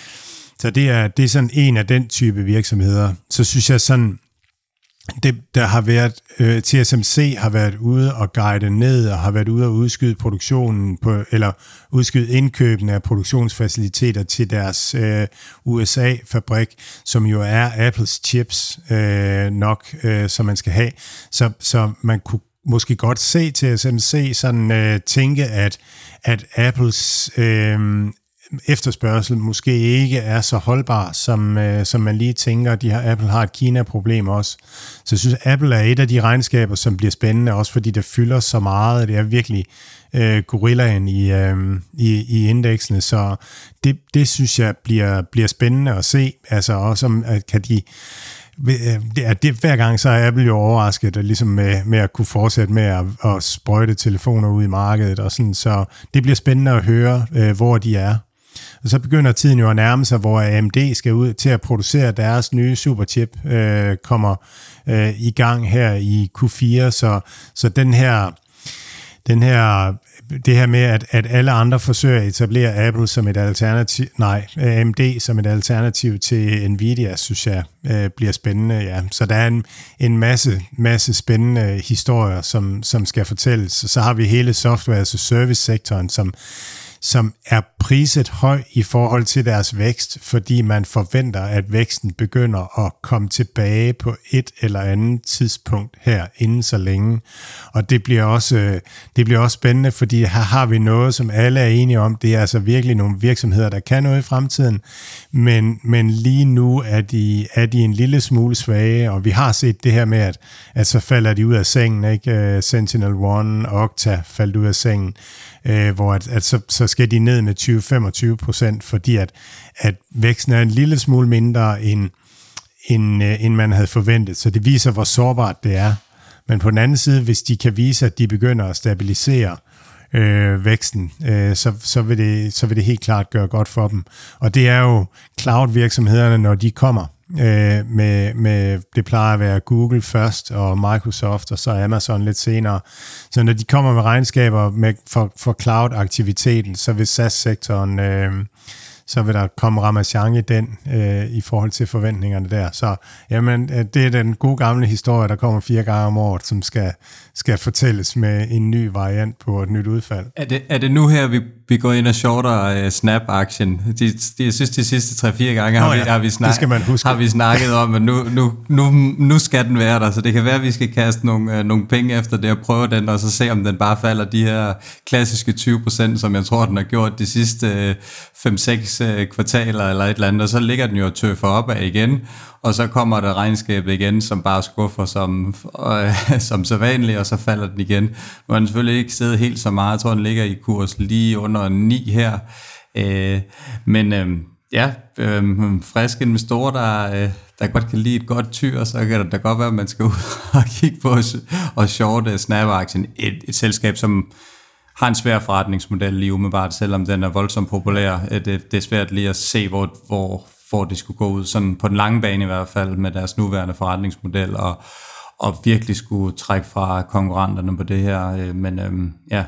så det, er, det er sådan en af den type virksomheder. Så synes jeg sådan, det, der har været, øh, T S M C har været ude og guide ned, og har været ude og udskyde produktionen, på, eller udskyde indkøbene af produktionsfaciliteter til deres øh, U S A-fabrik, som jo er Apples chips øh, nok, øh, som man skal have. Så, så man kunne måske godt se T S M C sådan øh, tænke, at, at Apples... Øh, efterspørgsel måske ikke er så holdbar, som, øh, som man lige tænker. De har, Apple har et Kina-problem også. Så jeg synes, Apple er et af de regnskaber, som bliver spændende, også fordi det fylder så meget. Det er virkelig øh, gorillaen i, øh, i, i indeksene, så det, det synes jeg bliver, bliver spændende at se. Altså også om, at kan de... Det er det, hver gang så er Apple jo overrasket ligesom med, med at kunne fortsætte med at, at sprøjte telefoner ud i markedet og sådan, så det bliver spændende at høre, øh, hvor de er. Og så begynder tiden jo at nærme sig, hvor A M D skal ud til at producere deres nye superchip, øh, kommer øh, i gang her i Q fire, så, så den her, den her det her med, at, at alle andre forsøger at etablere Apple som et alternativ, nej, A M D som et alternativ til Nvidia, synes jeg, øh, bliver spændende, ja. Så der er en, en masse, masse spændende historier, som, som skal fortælles. Så har vi hele software, altså service-sektoren, som som er priset høj i forhold til deres vækst, fordi man forventer, at væksten begynder at komme tilbage på et eller andet tidspunkt her inden så længe. Og det bliver også, det bliver også spændende, fordi her har vi noget, som alle er enige om. Det er altså virkelig nogle virksomheder, der kan noget i fremtiden, men, men lige nu er de, er de en lille smule svage, og vi har set det her med, at, at så falder de ud af sengen, ikke? Sentinel One og Okta faldt ud af sengen, øh, hvor at, at så, så skal de ned med tyve til femogtyve procent, fordi at, at væksten er en lille smule mindre, end, end, øh, end man havde forventet. Så det viser, hvor sårbart det er. Men på den anden side, hvis de kan vise, at de begynder at stabilisere øh, væksten, øh, så, så, vil det, så vil det helt klart gøre godt for dem. Og det er jo cloud-virksomhederne, når de kommer. Øh, med, med, det plejer at være Google først, og Microsoft, og så Amazon lidt senere. Så når de kommer med regnskaber med, for, for cloud-aktiviteten, så vil SaaS-sektoren, øh, så vil der komme ramachan i den, øh, i forhold til forventningerne der. Så jamen, det er den gode gamle historie, der kommer fire gange om året, som skal, skal fortælles med en ny variant på et nyt udfald. Er det, er det nu her, vi, vi går ind og shorter uh, Snap-aktien? De, de, jeg synes, de sidste tre-fire gange Nå, har, ja. vi, har, vi snak, har vi snakket om, at nu, nu, nu, nu skal den være der. Så det kan være, at vi skal kaste nogle, uh, nogle penge efter det og prøve den, og så se, om den bare falder de her klassiske tyve procent, som jeg tror, den har gjort de sidste fem seks uh, kvartaler eller et eller andet, og så ligger den jo og tøffer opad igen, og så kommer der regnskabet igen, som bare skuffer som, øh, som så vanligt, og så falder den igen. Nu har den selvfølgelig ikke siddet helt så meget. Jeg tror, den ligger i kurs lige under ni her. Øh, men øh, ja, øh, friske investorer, der, øh, der godt kan lide et godt tyr, så kan det da godt være, at man skal ud og kigge på og shorte Snap-aktien. Et, et selskab, som har en svær forretningsmodel lige umiddelbart, selvom den er voldsomt populær. Det, det er svært lige at se, hvor, hvor, hvor det skulle gå ud, sådan på den lange bane i hvert fald, med deres nuværende forretningsmodel, og, og virkelig skulle trække fra konkurrenterne på det her. Men øhm, ja.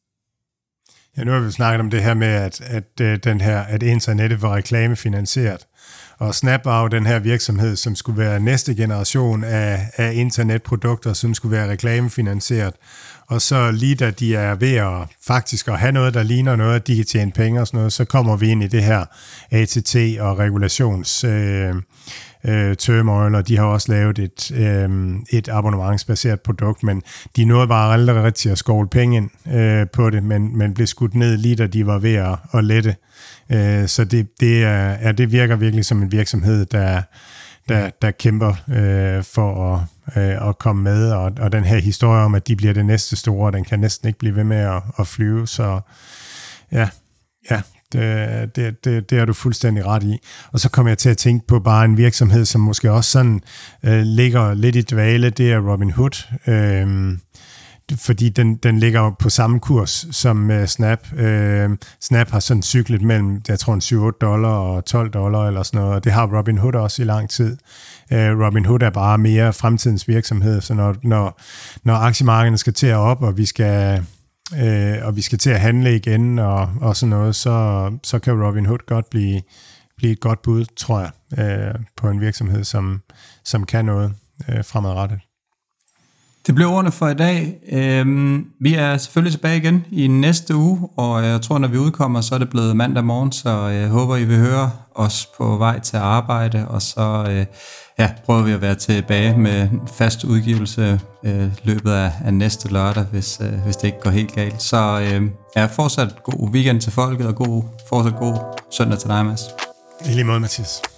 Ja, nu har vi snakket om det her med, at, at, den her, at internettet var reklamefinansieret. Og Snap var jo den her virksomhed, som skulle være næste generation af, af internetprodukter, som skulle være reklamefinansieret. Og så lige da de er ved at faktisk at have noget, der ligner noget, at de kan tjene penge og sådan noget, så kommer vi ind i det her A T T og regulations øh, øh, turmoil, og de har også lavet et, øh, et abonnementsbaseret produkt, men de nåede bare aldrig rigtig at skovle penge ind øh, på det, men, men blev skudt ned lige da de var ved at, at lette. Øh, så det, det, er, ja, det virker virkelig som en virksomhed, der Der, der kæmper øh, for at, øh, at komme med, og, og den her historie om, at de bliver det næste store, den kan næsten ikke blive ved med at, at flyve, så ja, ja det, det, det, det er du fuldstændig ret i. Og så kommer jeg til at tænke på bare en virksomhed, som måske også sådan øh, ligger lidt i dvale, det er Robinhood, øh, fordi den, den ligger jo på samme kurs som uh, Snap. Uh, Snap har sådan cyklet mellem, jeg tror, syv otte dollar og tolv dollar eller sådan noget, og det har Robinhood også i lang tid. Uh, Robinhood er bare mere fremtidens virksomhed, så når, når, når aktiemarkederne skal til at op, og vi skal, uh, og vi skal til at handle igen og, og sådan noget, så, så kan Robinhood godt blive, blive et godt bud, tror jeg, uh, på en virksomhed, som, som kan noget uh, fremadrettet. Det blev ordene for i dag. Øhm, vi er selvfølgelig tilbage igen i næste uge, og jeg tror, når vi udkommer, så er det blevet mandag morgen, så jeg håber, I vil høre os på vej til arbejde, og så øh, ja, prøver vi at være tilbage med fast udgivelse øh, løbet af, af næste lørdag, hvis, øh, hvis det ikke går helt galt. Så øh, ja, fortsat god weekend til folket, og god, fortsat god søndag til dig, Mads. I lige måde, Mathias.